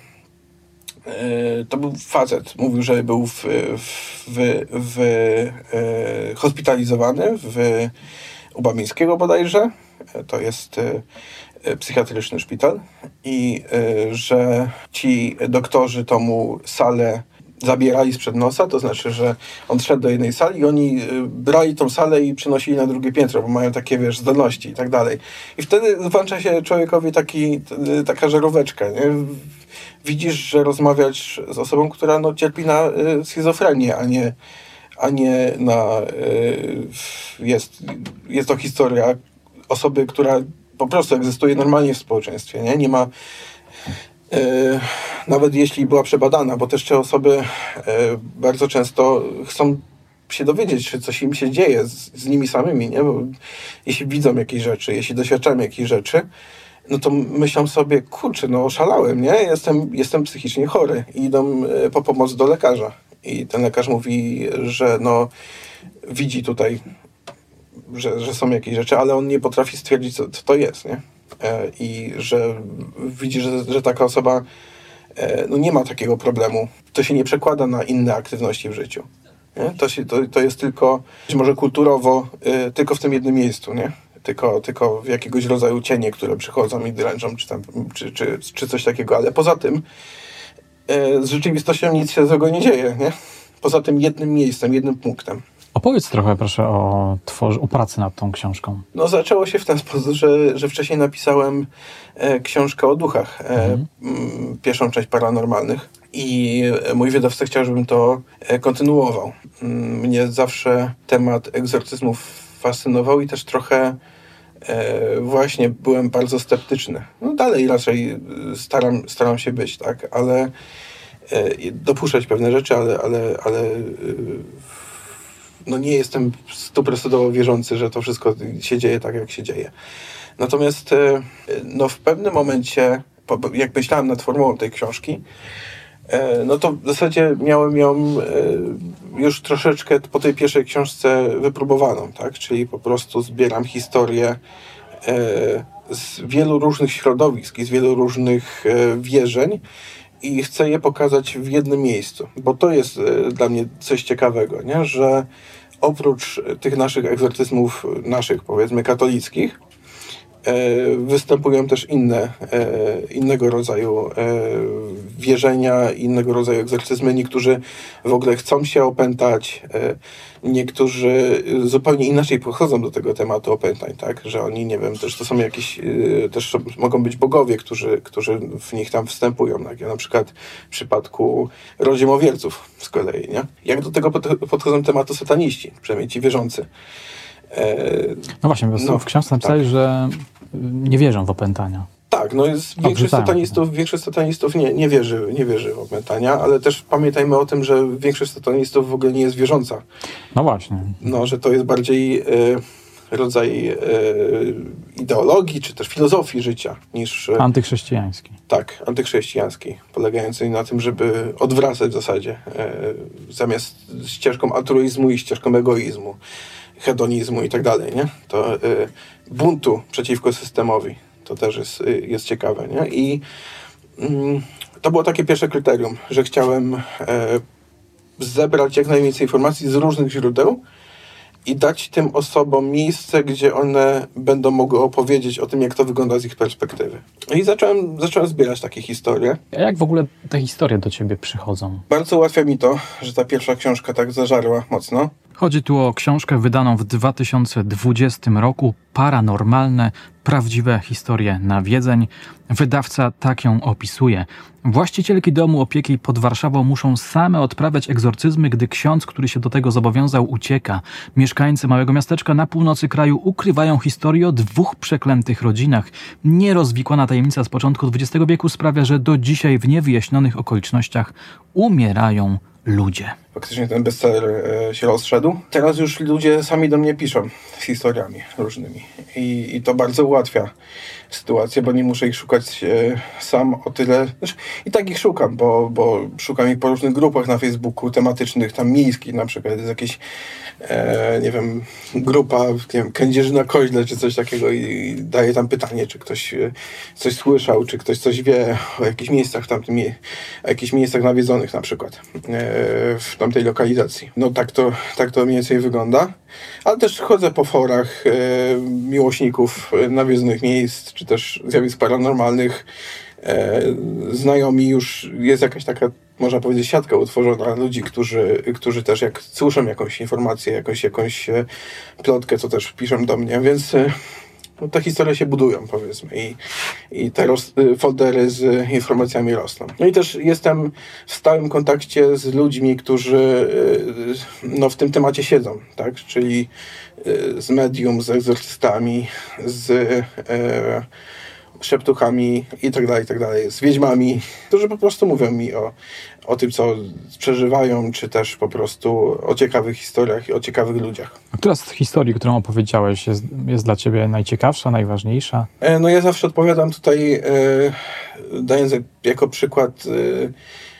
to był facet. Mówił, że był w, w, w, w e, hospitalizowany w u Babińskiego bodajże. To jest e, psychiatryczny szpital i y, że ci doktorzy to mu salę zabierali sprzed nosa, to znaczy, że on szedł do jednej sali i oni brali tą salę i przenosili na drugie piętro, bo mają takie, wiesz, zdolności i tak dalej. I wtedy włącza się człowiekowi taki, taka żaróweczka, nie? Widzisz, że rozmawiać z osobą, która no, cierpi na y, schizofrenię, a nie, a nie na... Y, jest, jest to historia osoby, która po prostu egzystuje normalnie w społeczeństwie, nie? Nie ma... Y, nawet jeśli była przebadana, bo też te osoby y, bardzo często chcą się dowiedzieć, czy coś im się dzieje z, z nimi samymi, nie? Bo jeśli widzą jakieś rzeczy, jeśli doświadczają jakichś rzeczy, no to myślą sobie, kurczę, no oszalałem, nie? Jestem, jestem psychicznie chory i idą po pomoc do lekarza. I ten lekarz mówi, że no widzi tutaj, że, że są jakieś rzeczy, ale on nie potrafi stwierdzić, co, co to jest, nie? E, I że widzi, że, że taka osoba e, no nie ma takiego problemu. To się nie przekłada na inne aktywności w życiu. Nie? To, się, to, to jest tylko, być może kulturowo, e, tylko w tym jednym miejscu, nie? Tylko, tylko w jakiegoś rodzaju cienie, które przychodzą i dręczą, czy, tam, czy, czy, czy coś takiego. Ale poza tym e, z rzeczywistością nic się złego nie dzieje, nie? Poza tym jednym miejscem, jednym punktem. Opowiedz trochę, proszę, o, tworze, o pracy nad tą książką. No zaczęło się w ten sposób, że, że wcześniej napisałem e, książkę o duchach, e, mhm. m, pierwszą część Paranormalnych. I mój wydawca chciał, żebym to e, kontynuował. Mnie zawsze temat egzorcyzmów fascynował i też trochę e, właśnie byłem bardzo sceptyczny. No dalej raczej staram, staram się być, tak, ale e, dopuszczać pewne rzeczy, ale, ale, ale e, no nie jestem stuprocentowo wierzący, że to wszystko się dzieje tak, jak się dzieje. Natomiast e, no w pewnym momencie, jak myślałem nad formułą tej książki, no to w zasadzie miałem ją już troszeczkę po tej pierwszej książce wypróbowaną, tak? Czyli po prostu zbieram historię z wielu różnych środowisk i z wielu różnych wierzeń i chcę je pokazać w jednym miejscu, bo to jest dla mnie coś ciekawego, nie? Że oprócz tych naszych egzorcyzmów, naszych powiedzmy katolickich, występują też inne, innego rodzaju wierzenia, innego rodzaju egzorcyzmy. Niektórzy w ogóle chcą się opętać, niektórzy zupełnie inaczej podchodzą do tego tematu opętań, tak? Że oni, nie wiem, też to są jakieś, też mogą być bogowie, którzy, którzy w nich tam wstępują. Tak? Ja na przykład w przypadku rodzimowierców z kolei, nie? Jak do tego podchodzą tematu sataniści, przynajmniej ci wierzący. No właśnie, bo no, w książce napisałeś, tak, że nie wierzą w opętania. Tak, no jest, większość satanistów, większość satanistów nie, nie, wierzy, nie wierzy w opętania, ale też pamiętajmy o tym, że większość satanistów w ogóle nie jest wierząca. No właśnie. No, że to jest bardziej e, rodzaj e, ideologii, czy też filozofii życia niż... E, Antychrześcijański. Tak, antychrześcijański, polegający na tym, żeby odwracać w zasadzie e, zamiast ścieżką altruizmu i ścieżką egoizmu, hedonizmu i tak dalej, nie? To y, buntu przeciwko systemowi. To też jest, y, jest ciekawe, nie? I y, to było takie pierwsze kryterium, że chciałem y, zebrać jak najwięcej informacji z różnych źródeł i dać tym osobom miejsce, gdzie one będą mogły opowiedzieć o tym, jak to wygląda z ich perspektywy. I zacząłem, zacząłem zbierać takie historie. A jak w ogóle te historie do ciebie przychodzą? Bardzo ułatwia mi to, że ta pierwsza książka tak zażarła mocno. Chodzi tu o książkę wydaną w dwa tysiące dwudziestym roku, Paranormalne, prawdziwe historie nawiedzeń. Wydawca tak ją opisuje. Właścicielki domu opieki pod Warszawą muszą same odprawiać egzorcyzmy, gdy ksiądz, który się do tego zobowiązał, ucieka. Mieszkańcy małego miasteczka na północy kraju ukrywają historię o dwóch przeklętych rodzinach. Nierozwikłana tajemnica z początku dwudziestego wieku sprawia, że do dzisiaj w niewyjaśnionych okolicznościach umierają ludzie. Faktycznie ten bestseller e, się rozszedł. Teraz już ludzie sami do mnie piszą z historiami różnymi. I, i to bardzo ułatwia sytuację, bo nie muszę ich szukać e, sam o tyle. Znaczy, i tak ich szukam, bo, bo szukam ich po różnych grupach na Facebooku tematycznych, tam miejskich na przykład. Jest jakieś, e, nie wiem, grupa, nie wiem, Kędzierzy na Koźle, czy coś takiego i, i daję tam pytanie, czy ktoś e, coś słyszał, czy ktoś coś wie o jakichś miejscach w tamtym, o jakichś miejscach nawiedzonych na przykład e, w tamtej lokalizacji. No tak to, tak to mniej więcej wygląda. Ale też chodzę po forach e, miłośników nawiedzonych miejsc, czy też zjawisk paranormalnych. E, znajomi już, jest jakaś taka można powiedzieć, siatka utworzona ludzi, którzy, którzy też jak słyszą jakąś informację, jakąś, jakąś plotkę, to też piszą do mnie, więc no, te historie się budują, powiedzmy, i, i te roz, foldery z informacjami rosną. No i też jestem w stałym kontakcie z ludźmi, którzy no, w tym temacie siedzą, tak? Czyli z medium, z egzorcystami, z e, szeptuchami i tak dalej, i tak dalej, z wiedźmami, którzy po prostu mówią mi o, o tym, co przeżywają, czy też po prostu o ciekawych historiach i o ciekawych ludziach. A która z historii, którą opowiedziałeś, jest, jest dla ciebie najciekawsza, najważniejsza? E, no ja zawsze odpowiadam tutaj, e, dając jako przykład e,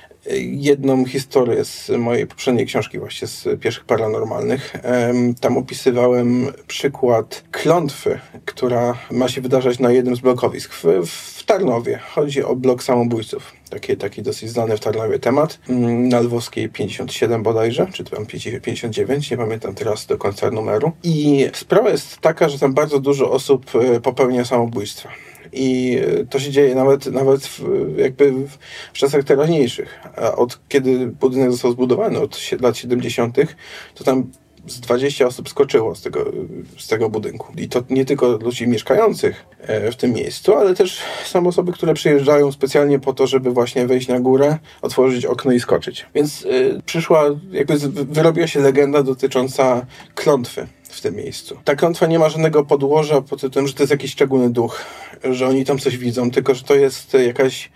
jedną historię z mojej poprzedniej książki, właśnie z Pieszych Paranormalnych. Tam opisywałem przykład klątwy, która ma się wydarzać na jednym z blokowisk w, w Tarnowie. Chodzi o blok samobójców. Taki, taki dosyć znany w Tarnowie temat. Na Lwowskiej pięćdziesiąt siedem bodajże, czy tam pięćdziesiąt dziewięć, nie pamiętam teraz do końca numeru. I sprawa jest taka, że tam bardzo dużo osób popełnia samobójstwa. I to się dzieje nawet, nawet w, jakby w czasach teraźniejszych. A od kiedy budynek został zbudowany, od lat siedemdziesiątych, to tam z dwadzieścia osób skoczyło z tego, z tego budynku. I to nie tylko ludzi mieszkających w tym miejscu, ale też są osoby, które przyjeżdżają specjalnie po to, żeby właśnie wejść na górę, otworzyć okno i skoczyć. Więc y, przyszła, jakby wyrobiła się legenda dotycząca klątwy w tym miejscu. Ta klątwa nie ma żadnego podłoża pod tym, że to jest jakiś szczególny duch, że oni tam coś widzą, tylko że to jest jakaś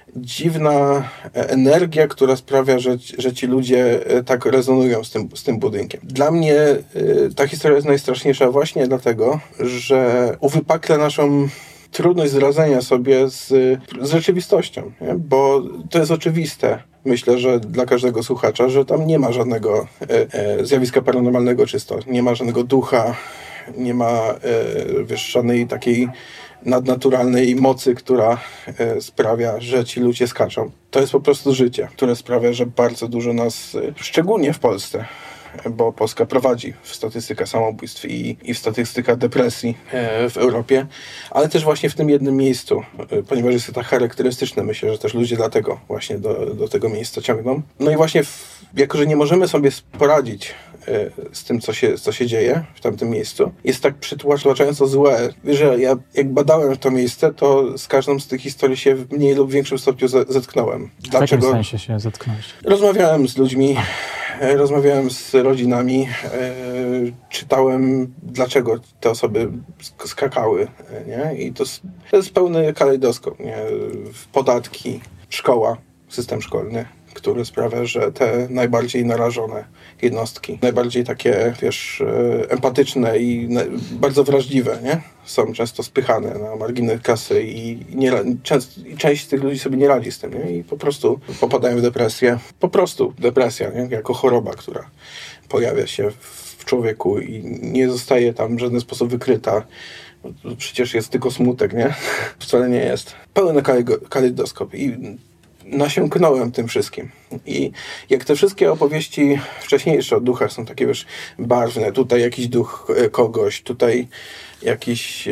dziwna energia, która sprawia, że, że ci ludzie tak rezonują z tym, z tym budynkiem. Dla mnie y, ta historia jest najstraszniejsza właśnie dlatego, że uwypakla naszą trudność zradzenia sobie z, z rzeczywistością, nie? Bo to jest oczywiste. Myślę, że dla każdego słuchacza, że tam nie ma żadnego e, e, zjawiska paranormalnego czysto. Nie ma żadnego ducha, nie ma e, wiesz, żadnej takiej nadnaturalnej mocy, która e, sprawia, że ci ludzie skaczą. To jest po prostu życie, które sprawia, że bardzo dużo nas, e, szczególnie w Polsce, bo Polska prowadzi w statystykę samobójstw i, i w statystykę depresji e, w Europie, ale też właśnie w tym jednym miejscu, e, ponieważ jest to tak charakterystyczne, myślę, że też ludzie dlatego właśnie do, do tego miejsca ciągną. No i właśnie, w, jako że nie możemy sobie poradzić e, z tym, co się, co się dzieje w tamtym miejscu, jest tak przytłaczająco złe, że ja jak badałem to miejsce, to z każdą z tych historii się w mniej lub większym stopniu zetknąłem. Dlaczego? W jakim sensie się zetknąłeś? Rozmawiałem z ludźmi, rozmawiałem z rodzinami, e, czytałem, dlaczego te osoby skakały, nie? I to, to jest pełny kalejdoskop, nie? Podatki, szkoła, system szkolny, który sprawia, że te najbardziej narażone jednostki, najbardziej takie, wiesz, empatyczne i bardzo wrażliwe, nie? Są często spychane na margines kasy i, nie, często, i część z tych ludzi sobie nie radzi z tym, nie? I po prostu popadają w depresję. Po prostu depresja, nie? Jako choroba, która pojawia się w człowieku i nie zostaje tam w żaden sposób wykryta. Przecież jest tylko smutek, nie? Wcale nie jest. Pełny kalejdoskop. I nasiąknąłem tym wszystkim. I jak te wszystkie opowieści wcześniejsze o duchach są takie, wiesz, barwne, tutaj jakiś duch kogoś, tutaj jakiś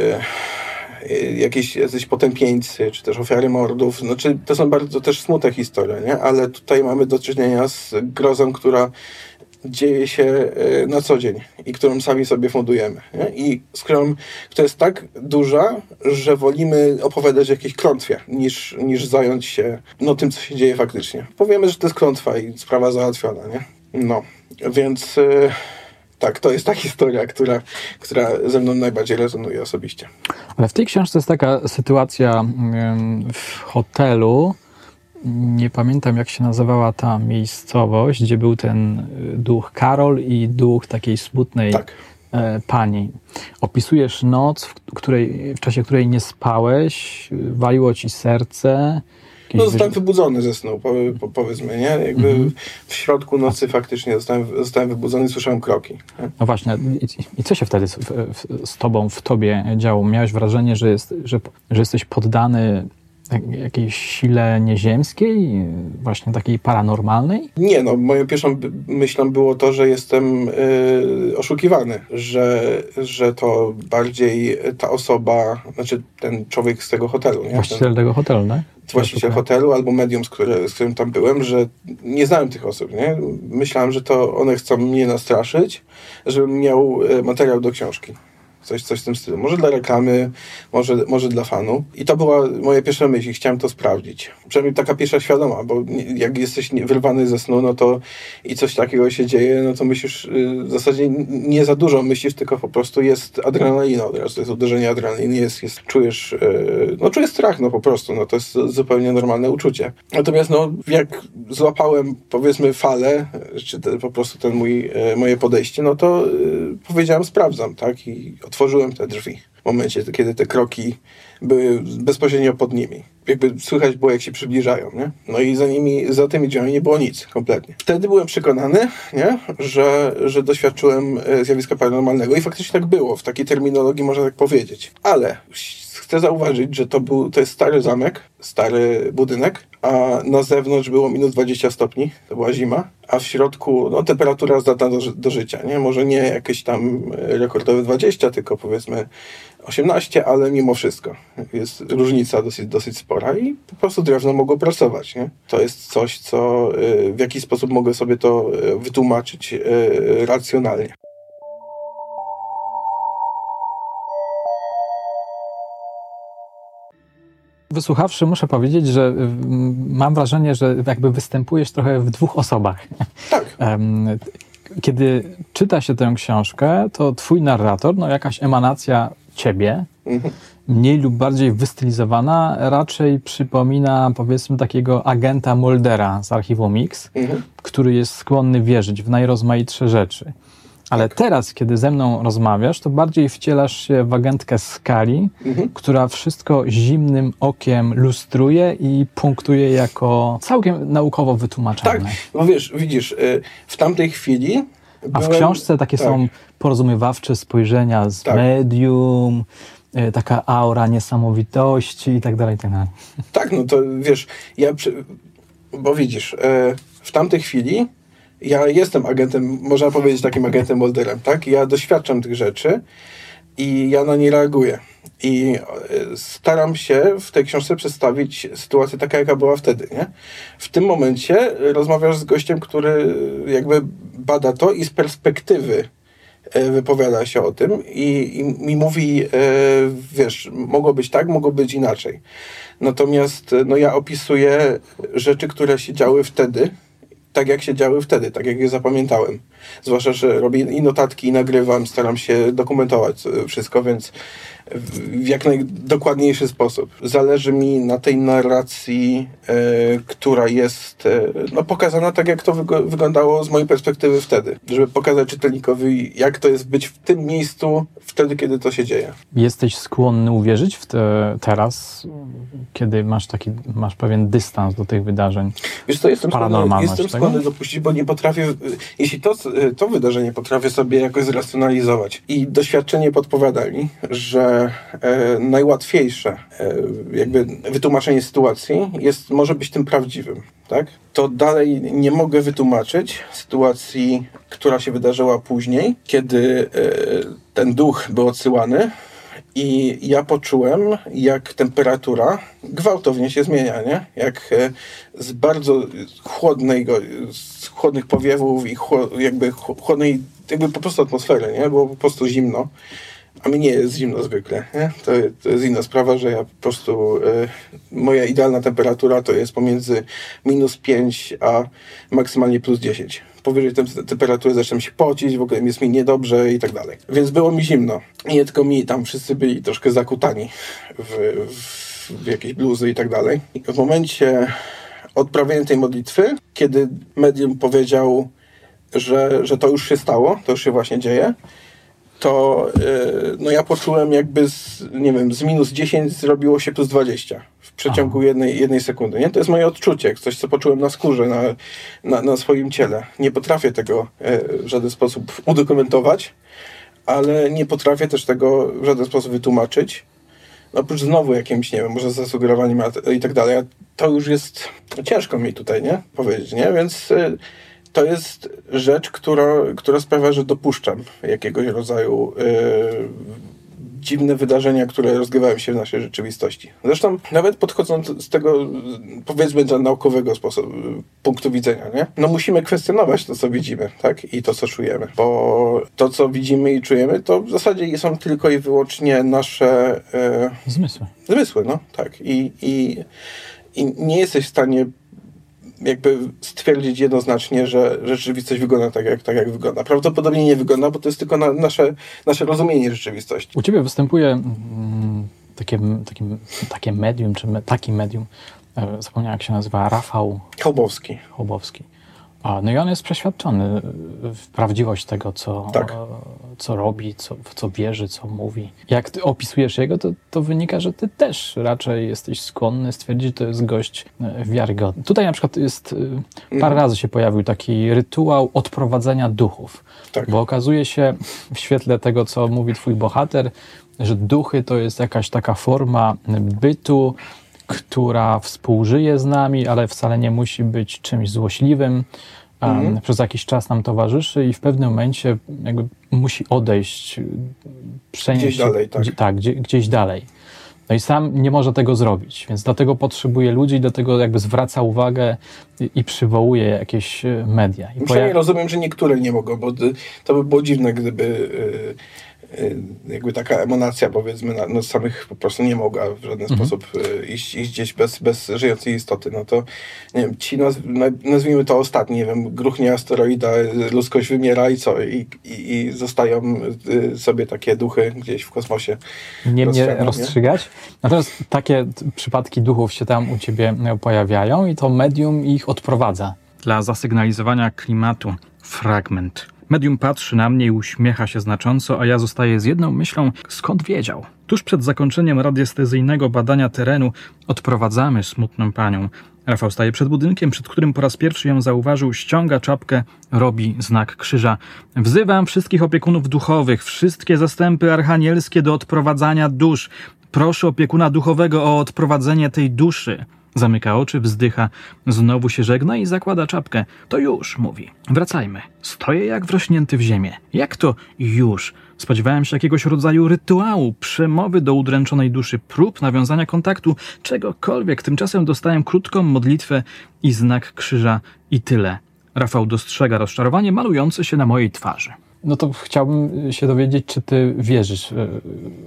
e, jakieś jacyś potępieńcy, czy też ofiary mordów, znaczy to są bardzo też smutne historie, nie? Ale tutaj mamy do czynienia z grozą, która dzieje się na co dzień i którą sami sobie fundujemy. Nie? I z którą, która jest tak duża, że wolimy opowiadać o jakiejś klątwie, niż, niż zająć się no, tym, co się dzieje faktycznie. Powiemy, że to jest klątwa i sprawa załatwiona, nie? No, więc yy, tak, to jest ta historia, która, która ze mną najbardziej rezonuje osobiście. Ale w tej książce jest taka sytuacja yy, w hotelu. Nie pamiętam, jak się nazywała ta miejscowość, gdzie był ten duch Karol i duch takiej smutnej tak. e, pani. Opisujesz noc, w, której, w czasie której nie spałeś, waliło ci serce. No zostałem wy... wybudzony ze snu, po, po, powiedzmy, nie? Jakby mm-hmm. w środku nocy faktycznie zostałem, zostałem wybudzony i słyszałem kroki. Nie? No właśnie, i, i co się wtedy z, w, z tobą, w tobie działo? Miałeś wrażenie, że, jest, że, że jesteś poddany jakiejś sile nieziemskiej, właśnie takiej paranormalnej? Nie, no moją pierwszą myślą było to, że jestem yy, oszukiwany, że, że to bardziej ta osoba, znaczy ten człowiek z tego hotelu. Nie? Właściciel ten, tego hotelu, tak? Właściciel hotelu albo medium, z, które, z którym tam byłem, że nie znałem tych osób, nie? Myślałem, że to one chcą mnie nastraszyć, żebym miał materiał do książki. Coś, coś w tym stylu. Może dla reklamy, może, może dla fanu. I to była moja pierwsza myśl i chciałem to sprawdzić. Przynajmniej taka pierwsza świadoma, bo jak jesteś wyrwany ze snu, no to i coś takiego się dzieje, no to myślisz, w zasadzie nie za dużo myślisz, tylko po prostu jest adrenalina od razu, jest uderzenie adrenaliny, jest, jest, czujesz, no czujesz strach, no po prostu, no to jest zupełnie normalne uczucie. Natomiast no, jak złapałem, powiedzmy, falę, czy te, po prostu ten mój, moje podejście, no to powiedziałem, sprawdzam, tak, i otworzyłem te drzwi w momencie, kiedy te kroki były bezpośrednio pod nimi. Jakby słychać było, jak się przybliżają, nie? No i za nimi, za tymi drzwiami nie było nic, kompletnie. Wtedy byłem przekonany, nie? Że, że doświadczyłem zjawiska paranormalnego i faktycznie tak było, w takiej terminologii można tak powiedzieć. Ale chcę zauważyć, że to był, to jest stary zamek, stary budynek, a na zewnątrz było minus dwadzieścia stopni, to była zima, a w środku, no, temperatura zdatna do, do życia, nie? Może nie jakieś tam rekordowe dwadzieścia, tylko powiedzmy osiemnaście, ale mimo wszystko jest różnica dosyć, dosyć spora i po prostu drewno mogło pracować, nie? To jest coś, co w jakiś sposób mogę sobie to wytłumaczyć racjonalnie. Wysłuchawszy, muszę powiedzieć, że mam wrażenie, że jakby występujesz trochę w dwóch osobach. Tak. Kiedy czyta się tę książkę, to twój narrator, no jakaś emanacja ciebie, mhm. mniej lub bardziej wystylizowana, raczej przypomina, powiedzmy, takiego agenta Muldera z Archiwum Mix, mhm. który jest skłonny wierzyć w najrozmaitsze rzeczy. Ale tak. teraz, kiedy ze mną rozmawiasz, to bardziej wcielasz się w agentkę Scully, mhm. która wszystko zimnym okiem lustruje i punktuje jako całkiem naukowo wytłumaczalne. Tak, no wiesz, widzisz, w tamtej chwili... A w książce takie tak. są porozumiewawcze spojrzenia z tak. medium, taka aura niesamowitości i tak dalej, i tak dalej. Tak, no to wiesz, ja... Bo widzisz, w tamtej chwili ja jestem agentem, można powiedzieć takim agentem Mulderem, tak? Ja doświadczam tych rzeczy i ja na nie reaguję. I staram się w tej książce przedstawić sytuację taka, jaka była wtedy, nie? W tym momencie rozmawiasz z gościem, który jakby bada to i z perspektywy wypowiada się o tym i, i, i mówi, wiesz, mogło być tak, mogło być inaczej. Natomiast no, ja opisuję rzeczy, które się działy wtedy, tak jak się działy wtedy, tak jak je zapamiętałem. Zwłaszcza, że robię i notatki, i nagrywam, staram się dokumentować wszystko, więc w jak najdokładniejszy sposób. Zależy mi na tej narracji, e, która jest e, no, pokazana tak, jak to wygo- wyglądało z mojej perspektywy wtedy. Żeby pokazać czytelnikowi, jak to jest być w tym miejscu wtedy, kiedy to się dzieje. Jesteś skłonny uwierzyć w te teraz, kiedy masz taki, masz pewien dystans do tych wydarzeń? Wiesz co, jestem skłonny, jestem skłonny dopuścić, bo nie potrafię, jeśli to, to wydarzenie potrafię sobie jakoś zracjonalizować i doświadczenie podpowiada mi, że e, najłatwiejsze e, jakby wytłumaczenie sytuacji jest, może być tym prawdziwym, tak? To dalej nie mogę wytłumaczyć sytuacji, która się wydarzyła później, kiedy e, ten duch był odsyłany i ja poczułem, jak temperatura gwałtownie się zmienia, nie? Jak e, z bardzo chłodnej, z chłodnych powiewów i chło, jakby chłodnej, jakby po prostu atmosfery, nie? Było po prostu zimno. A mi nie jest zimno zwykle, nie? To, to jest inna sprawa, że ja po prostu... E, moja idealna temperatura to jest pomiędzy minus pięć a maksymalnie plus dziesięć. Powyżej tej temperatury zaczynam się pocić, w ogóle jest mi niedobrze i tak dalej. Więc było mi zimno. I nie tylko mi, tam wszyscy byli troszkę zakutani w, w, w jakieś bluzy i tak dalej. I w momencie odprawienia tej modlitwy, kiedy medium powiedział, że, że to już się stało, to już się właśnie dzieje, to yy, no ja poczułem jakby z, nie wiem, z minus dziesięć zrobiło się plus dwadzieścia w przeciągu jednej, jednej sekundy. Nie? To jest moje odczucie, coś, co poczułem na skórze, na, na, na swoim ciele. Nie potrafię tego yy, w żaden sposób udokumentować, ale nie potrafię też tego w żaden sposób wytłumaczyć. oprócz znowu jakimś, nie wiem, może zasugerowaniem i tak dalej, to już jest ciężko mi tutaj, nie? Powiedzieć, nie? Więc y, to jest rzecz, która, która sprawia, że dopuszczam jakiegoś rodzaju y, dziwne wydarzenia, które rozgrywają się w naszej rzeczywistości. Zresztą nawet podchodząc z tego, powiedzmy, do naukowego sposobu, punktu widzenia, nie? No musimy kwestionować to, co widzimy, tak? I to, co czujemy. Bo to, co widzimy i czujemy, to w zasadzie są tylko i wyłącznie nasze... E, zmysły. Zmysły, no. Tak. I, i, i nie jesteś w stanie jakby stwierdzić jednoznacznie, że rzeczywistość wygląda tak jak, tak, jak wygląda. Prawdopodobnie nie wygląda, bo to jest tylko na, nasze, nasze rozumienie rzeczywistości. U ciebie występuje mm, takie, takie, takie medium, czy me, taki medium, e, zapomniałem jak się nazywa, Rafał Chałbowski. Chałbowski. A, no i on jest przeświadczony w prawdziwość tego, co, tak. e, co robi, co, w co wierzy, co mówi. Jak ty opisujesz jego, to, to wynika, że ty też raczej jesteś skłonny stwierdzić, że to jest gość e, wiarygodny. Tutaj na przykład jest, e, parę mhm. razy się pojawił taki rytuał odprowadzenia duchów. Tak. Bo okazuje się w świetle tego, co mówi twój bohater, że duchy to jest jakaś taka forma bytu, która współżyje z nami, ale wcale nie musi być czymś złośliwym. Um, mm. Przez jakiś czas nam towarzyszy i w pewnym momencie jakby musi odejść, przenieść gdzieś dalej, tak. Gdzie, tak, gdzie, gdzieś dalej. No i sam nie może tego zrobić, więc dlatego potrzebuje ludzi, dlatego jakby zwraca uwagę i, i przywołuje jakieś media. I Przynajmniej pojaw... rozumiem, że niektóre nie mogą, bo to by było dziwne, gdyby yy, yy, jakby taka emanacja, powiedzmy, na, no samych po prostu nie mogła w żaden mhm. sposób yy, iść, iść gdzieś bez, bez żyjącej istoty. No to nie wiem, ci naz, nazwijmy to ostatni, nie wiem, gruchnie asteroida, ludzkość wymiera i co? I, i, i zostają yy, sobie takie duchy gdzieś w kosmosie. Nie mnie rozstrzygać. Natomiast takie przypadki duchów się tam u ciebie pojawiają i to medium ich odprowadza. Dla zasygnalizowania klimatu fragment. Medium patrzy na mnie i uśmiecha się znacząco, a ja zostaję z jedną myślą, skąd wiedział. Tuż przed zakończeniem radiestezyjnego badania terenu odprowadzamy smutną panią. Rafał staje przed budynkiem, przed którym po raz pierwszy ją zauważył, ściąga czapkę, robi znak krzyża. Wzywam wszystkich opiekunów duchowych, wszystkie zastępy archanielskie do odprowadzania dusz. Proszę opiekuna duchowego o odprowadzenie tej duszy. Zamyka oczy, wzdycha, znowu się żegna i zakłada czapkę. To już, mówi. Wracajmy. Stoję jak wrośnięty w ziemię. Jak to już? Spodziewałem się jakiegoś rodzaju rytuału, przemowy do udręczonej duszy, prób nawiązania kontaktu, czegokolwiek. Tymczasem dostałem krótką modlitwę i znak krzyża i tyle. Rafał dostrzega rozczarowanie malujące się na mojej twarzy. No to chciałbym się dowiedzieć, czy ty wierzysz w,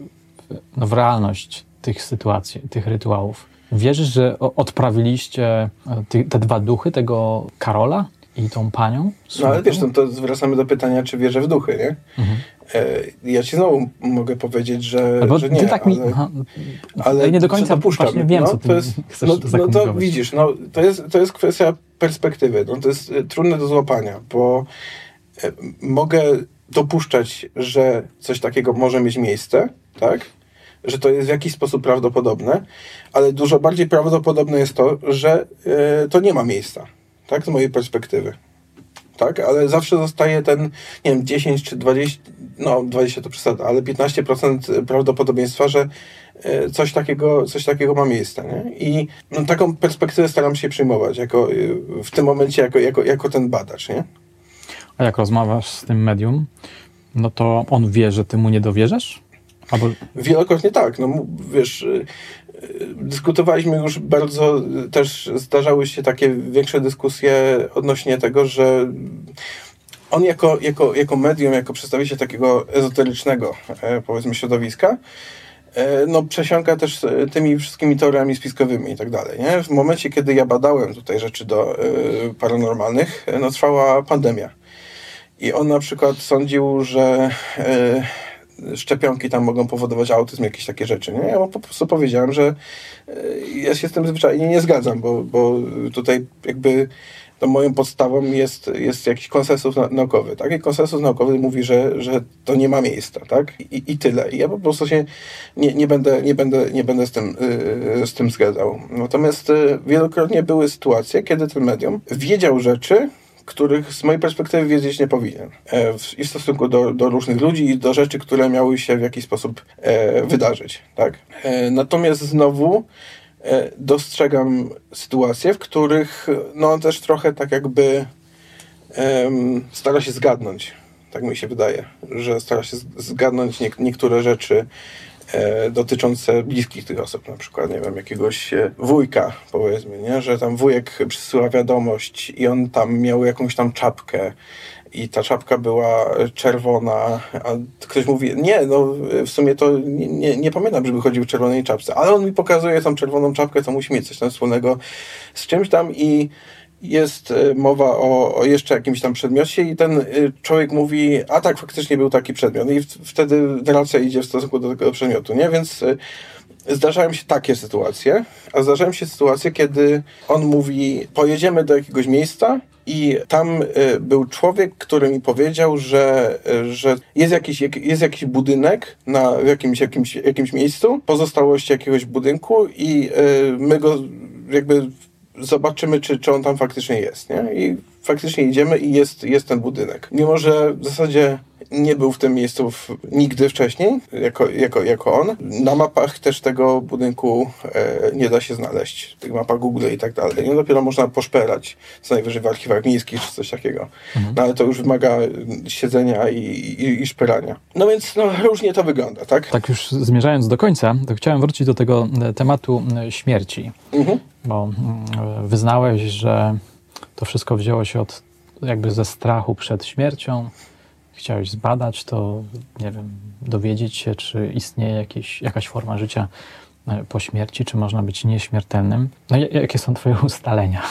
no, w realność tych sytuacji, tych rytuałów. Wierzysz, że odprawiliście te, te dwa duchy, tego Karola i tą panią? No ale wiesz, no to wracamy do pytania, czy wierzę w duchy, nie? Mhm. E, ja ci znowu mogę powiedzieć, że, że nie, tak mi, ale, aha, ale ja nie do końca właśnie wiem, no, co ty to jest, chcesz no, no to widzisz, no, to, jest, to jest kwestia perspektywy. No, to jest trudne do złapania, bo e, mogę dopuszczać, że coś takiego może mieć miejsce, tak? Że to jest w jakiś sposób prawdopodobne, ale dużo bardziej prawdopodobne jest to, że y, to nie ma miejsca, tak, z mojej perspektywy. Tak, ale zawsze zostaje ten, nie wiem, dziesięć czy dwadzieścia, no dwadzieścia to przesada, ale piętnaście procent prawdopodobieństwa, że y, coś takiego, coś takiego ma miejsce, nie? I no, taką perspektywę staram się przyjmować jako, y, w tym momencie jako, jako, jako ten badacz, nie? A jak rozmawiasz z tym medium, no to on wie, że ty mu nie dowierzasz? Albo... Wielokrotnie tak. No, wiesz, dyskutowaliśmy już bardzo, też zdarzały się takie większe dyskusje odnośnie tego, że on jako, jako, jako medium, jako przedstawiciel takiego ezoterycznego, powiedzmy, środowiska, no przesiąka też tymi wszystkimi teoriami spiskowymi i tak dalej, nie? W momencie, kiedy ja badałem tutaj rzeczy do y, paranormalnych, no trwała pandemia. I on na przykład sądził, że y, szczepionki tam mogą powodować autyzm, jakieś takie rzeczy, nie? Ja mu po prostu powiedziałem, że y, ja się z tym zwyczajnie nie zgadzam, bo, bo tutaj jakby to moją podstawą jest, jest jakiś konsensus naukowy, tak? I konsensus naukowy mówi, że, że to nie ma miejsca, tak? I, i tyle. I ja po prostu się nie, nie będę, nie będę, nie będę z tym, yy, z tym zgadzał. Natomiast yy, wielokrotnie były sytuacje, kiedy ten medium wiedział rzeczy, których z mojej perspektywy wiedzieć nie powinien. E, w, I w stosunku do, do różnych ludzi i do rzeczy, które miały się w jakiś sposób e, wydarzyć. Tak? E, natomiast znowu e, dostrzegam sytuacje, w których no on też trochę tak jakby e, stara się zgadnąć. Tak mi się wydaje, że stara się zgadnąć nie, niektóre rzeczy e, dotyczące bliskich tych osób, na przykład, nie wiem, jakiegoś e, wujka, powiedzmy, nie? Że tam wujek przysyła wiadomość i on tam miał jakąś tam czapkę i ta czapka była czerwona, a ktoś mówi, nie, no w sumie to nie, nie, nie pamiętam, żeby chodził w czerwonej czapce, ale on mi pokazuje tą czerwoną czapkę, to musi mieć coś tam wspólnego z czymś tam i jest mowa o, o jeszcze jakimś tam przedmiocie i ten człowiek mówi, a tak, faktycznie był taki przedmiot. I w, wtedy racja idzie w stosunku do tego przedmiotu, nie? Więc zdarzają się takie sytuacje, a zdarzają się sytuacje, kiedy on mówi, pojedziemy do jakiegoś miejsca i tam był człowiek, który mi powiedział, że, że jest, jakiś, jest jakiś budynek na w jakimś, jakimś, jakimś miejscu, pozostałości jakiegoś budynku i my go jakby zobaczymy, czy, czy on tam faktycznie jest, nie? I faktycznie idziemy i jest, jest ten budynek. Mimo że w zasadzie nie był w tym miejscu w, nigdy wcześniej, jako, jako, jako on. Na mapach też tego budynku e, nie da się znaleźć. W tych mapach Google i tak dalej. No dopiero można poszperać, co najwyżej w archiwach miejskich czy coś takiego. Mhm. No ale to już wymaga siedzenia i, i, i szperania. No więc no, różnie to wygląda, tak? Tak już zmierzając do końca, to chciałem wrócić do tego tematu śmierci. Mhm. Bo wyznałeś, że to wszystko wzięło się od jakby ze strachu przed śmiercią. Chciałeś zbadać to, nie wiem, dowiedzieć się, czy istnieje jakieś, jakaś forma życia po śmierci, czy można być nieśmiertelnym. No i jakie są twoje ustalenia?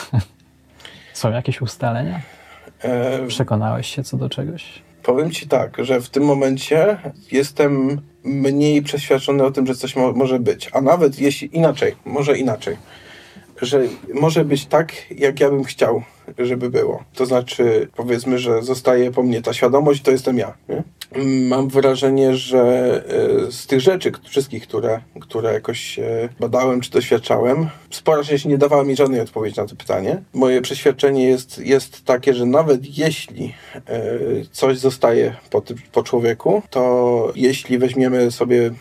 Są jakieś ustalenia? Przekonałeś się co do czegoś? Powiem ci tak, że w tym momencie jestem mniej przeświadczony o tym, że coś mo- może być. A nawet jeśli inaczej, może inaczej. Że może być tak, jak ja bym chciał, żeby było. To znaczy, powiedzmy, że zostaje po mnie ta świadomość, to jestem ja. Nie? Mam wrażenie, że z tych rzeczy wszystkich, które, które jakoś badałem czy doświadczałem, spora część nie dawała mi żadnej odpowiedzi na to pytanie. Moje przeświadczenie jest, jest takie, że nawet jeśli coś zostaje po, po człowieku, to jeśli weźmiemy sobie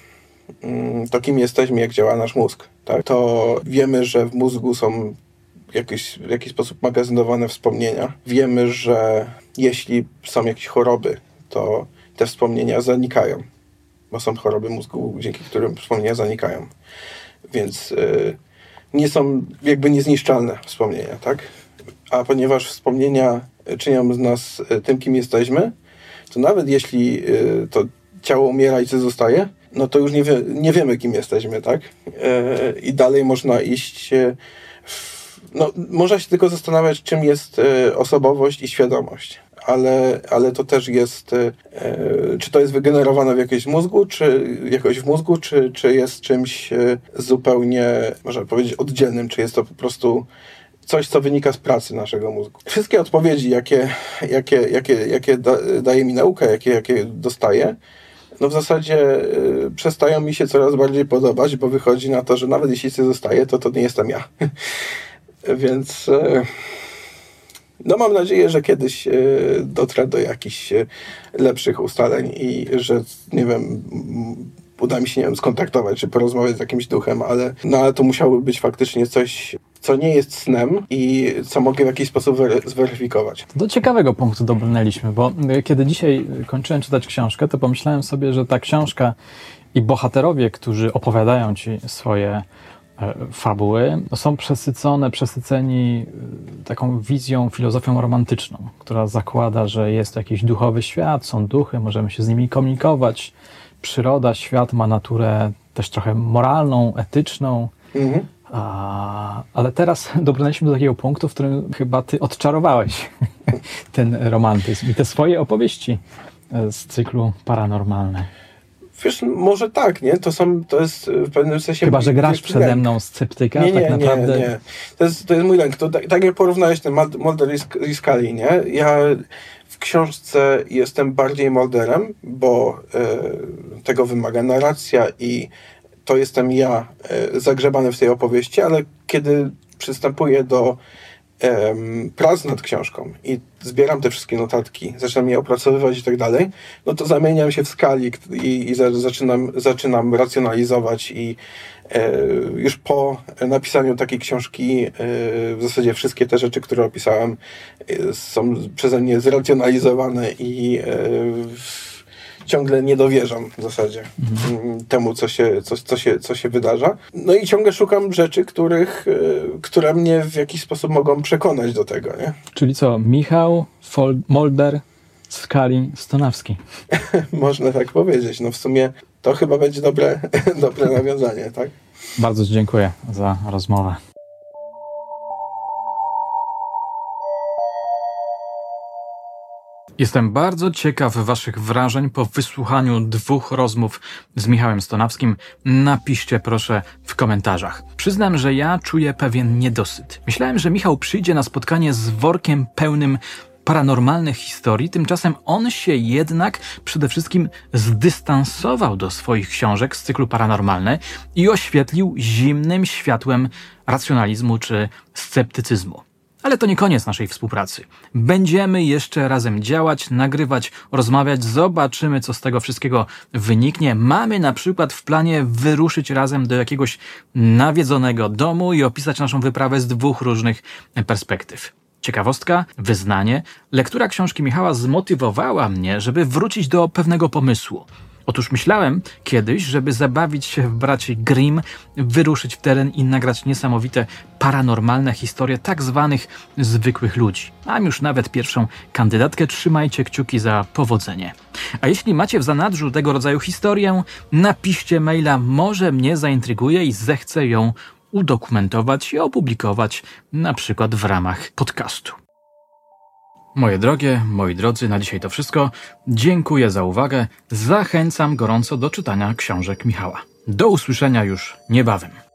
to, kim jesteśmy, jak działa nasz mózg, tak? To wiemy, że w mózgu są jakieś, w jakiś sposób magazynowane wspomnienia. Wiemy, że jeśli są jakieś choroby, to te wspomnienia zanikają, bo są choroby mózgu, dzięki którym wspomnienia zanikają. Więc yy, nie są jakby niezniszczalne wspomnienia, tak? A ponieważ wspomnienia czynią z nas tym, kim jesteśmy, to nawet jeśli yy, to ciało umiera i co zostaje, no to już nie, wie, nie wiemy, kim jesteśmy, tak? Yy, I dalej można iść... Yy, w, no, można się tylko zastanawiać, czym jest yy, osobowość i świadomość. Ale, ale to też jest... Yy, czy to jest wygenerowane w jakimś mózgu, czy jakoś w mózgu, czy, czy jest czymś yy, zupełnie, można powiedzieć, oddzielnym, czy jest to po prostu coś, co wynika z pracy naszego mózgu. Wszystkie odpowiedzi, jakie, jakie, jakie, jakie da, daje mi nauka, jakie, jakie dostaję, no w zasadzie y, przestają mi się coraz bardziej podobać, bo wychodzi na to, że nawet jeśli coś zostaje, to to nie jestem ja. Więc y, no mam nadzieję, że kiedyś y, dotrę do jakichś y, lepszych ustaleń i że, nie wiem, uda mi się, nie wiem, skontaktować, czy porozmawiać z jakimś duchem, ale, no, ale to musiałoby być faktycznie coś, co nie jest snem i co mogę w jakiś sposób wery- zweryfikować. Do ciekawego punktu dobrnęliśmy, bo kiedy dzisiaj kończyłem czytać książkę, to pomyślałem sobie, że ta książka i bohaterowie, którzy opowiadają ci swoje e, fabuły, są przesycone, przesyceni taką wizją, filozofią romantyczną, która zakłada, że jest jakiś duchowy świat, są duchy, możemy się z nimi komunikować. Przyroda, świat ma naturę też trochę moralną, etyczną. Mhm. A, ale teraz dobrnęliśmy do takiego punktu, w którym chyba ty odczarowałeś ten romantyzm i te swoje opowieści z cyklu Paranormalne. Wiesz, może tak, nie? To są, to jest w pewnym sensie... Chyba, że grasz przede lęk. mną sceptyka, nie, nie, tak naprawdę... Nie, nie, to jest, to jest mój lęk. To, tak, tak jak porównałeś ten Mulder i Scully, nie? Ja w książce jestem bardziej Mulderem, bo y, tego wymaga narracja i to jestem ja y, zagrzebany w tej opowieści, ale kiedy przystępuję do y, prac nad książką i zbieram te wszystkie notatki, zaczynam je opracowywać i tak dalej, no to zamieniam się w skali i, i za, zaczynam, zaczynam racjonalizować i e, już po napisaniu takiej książki e, w zasadzie wszystkie te rzeczy, które opisałem, e, są przeze mnie zracjonalizowane i e, ciągle nie dowierzam w zasadzie mhm. temu, co się, co, co, się, co się wydarza. No i ciągle szukam rzeczy, których, które mnie w jakiś sposób mogą przekonać do tego, nie? Czyli co? Michał, Fol- Molder, Skali, Stonawski. Można tak powiedzieć. No w sumie to chyba będzie dobre, dobre nawiązanie, tak? Bardzo dziękuję za rozmowę. Jestem bardzo ciekaw waszych wrażeń po wysłuchaniu dwóch rozmów z Michałem Stonawskim. Napiszcie proszę w komentarzach. Przyznam, że ja czuję pewien niedosyt. Myślałem, że Michał przyjdzie na spotkanie z workiem pełnym paranormalnych historii, tymczasem on się jednak przede wszystkim zdystansował do swoich książek z cyklu Paranormalne i oświetlił zimnym światłem racjonalizmu czy sceptycyzmu. Ale to nie koniec naszej współpracy. Będziemy jeszcze razem działać, nagrywać, rozmawiać, zobaczymy, co z tego wszystkiego wyniknie. Mamy na przykład w planie wyruszyć razem do jakiegoś nawiedzonego domu i opisać naszą wyprawę z dwóch różnych perspektyw. Ciekawostka, wyznanie. Lektura książki Michała zmotywowała mnie, żeby wrócić do pewnego pomysłu. Otóż myślałem kiedyś, żeby zabawić się w braci Grimm, wyruszyć w teren i nagrać niesamowite, paranormalne historie tak zwanych zwykłych ludzi. Mam już nawet pierwszą kandydatkę, trzymajcie kciuki za powodzenie. A jeśli macie w zanadrzu tego rodzaju historię, napiszcie maila, może mnie zaintryguje i zechcę ją udokumentować i opublikować, na przykład w ramach podcastu. Moje drogie, moi drodzy, na dzisiaj to wszystko. Dziękuję za uwagę. Zachęcam gorąco do czytania książek Michała. Do usłyszenia już niebawem.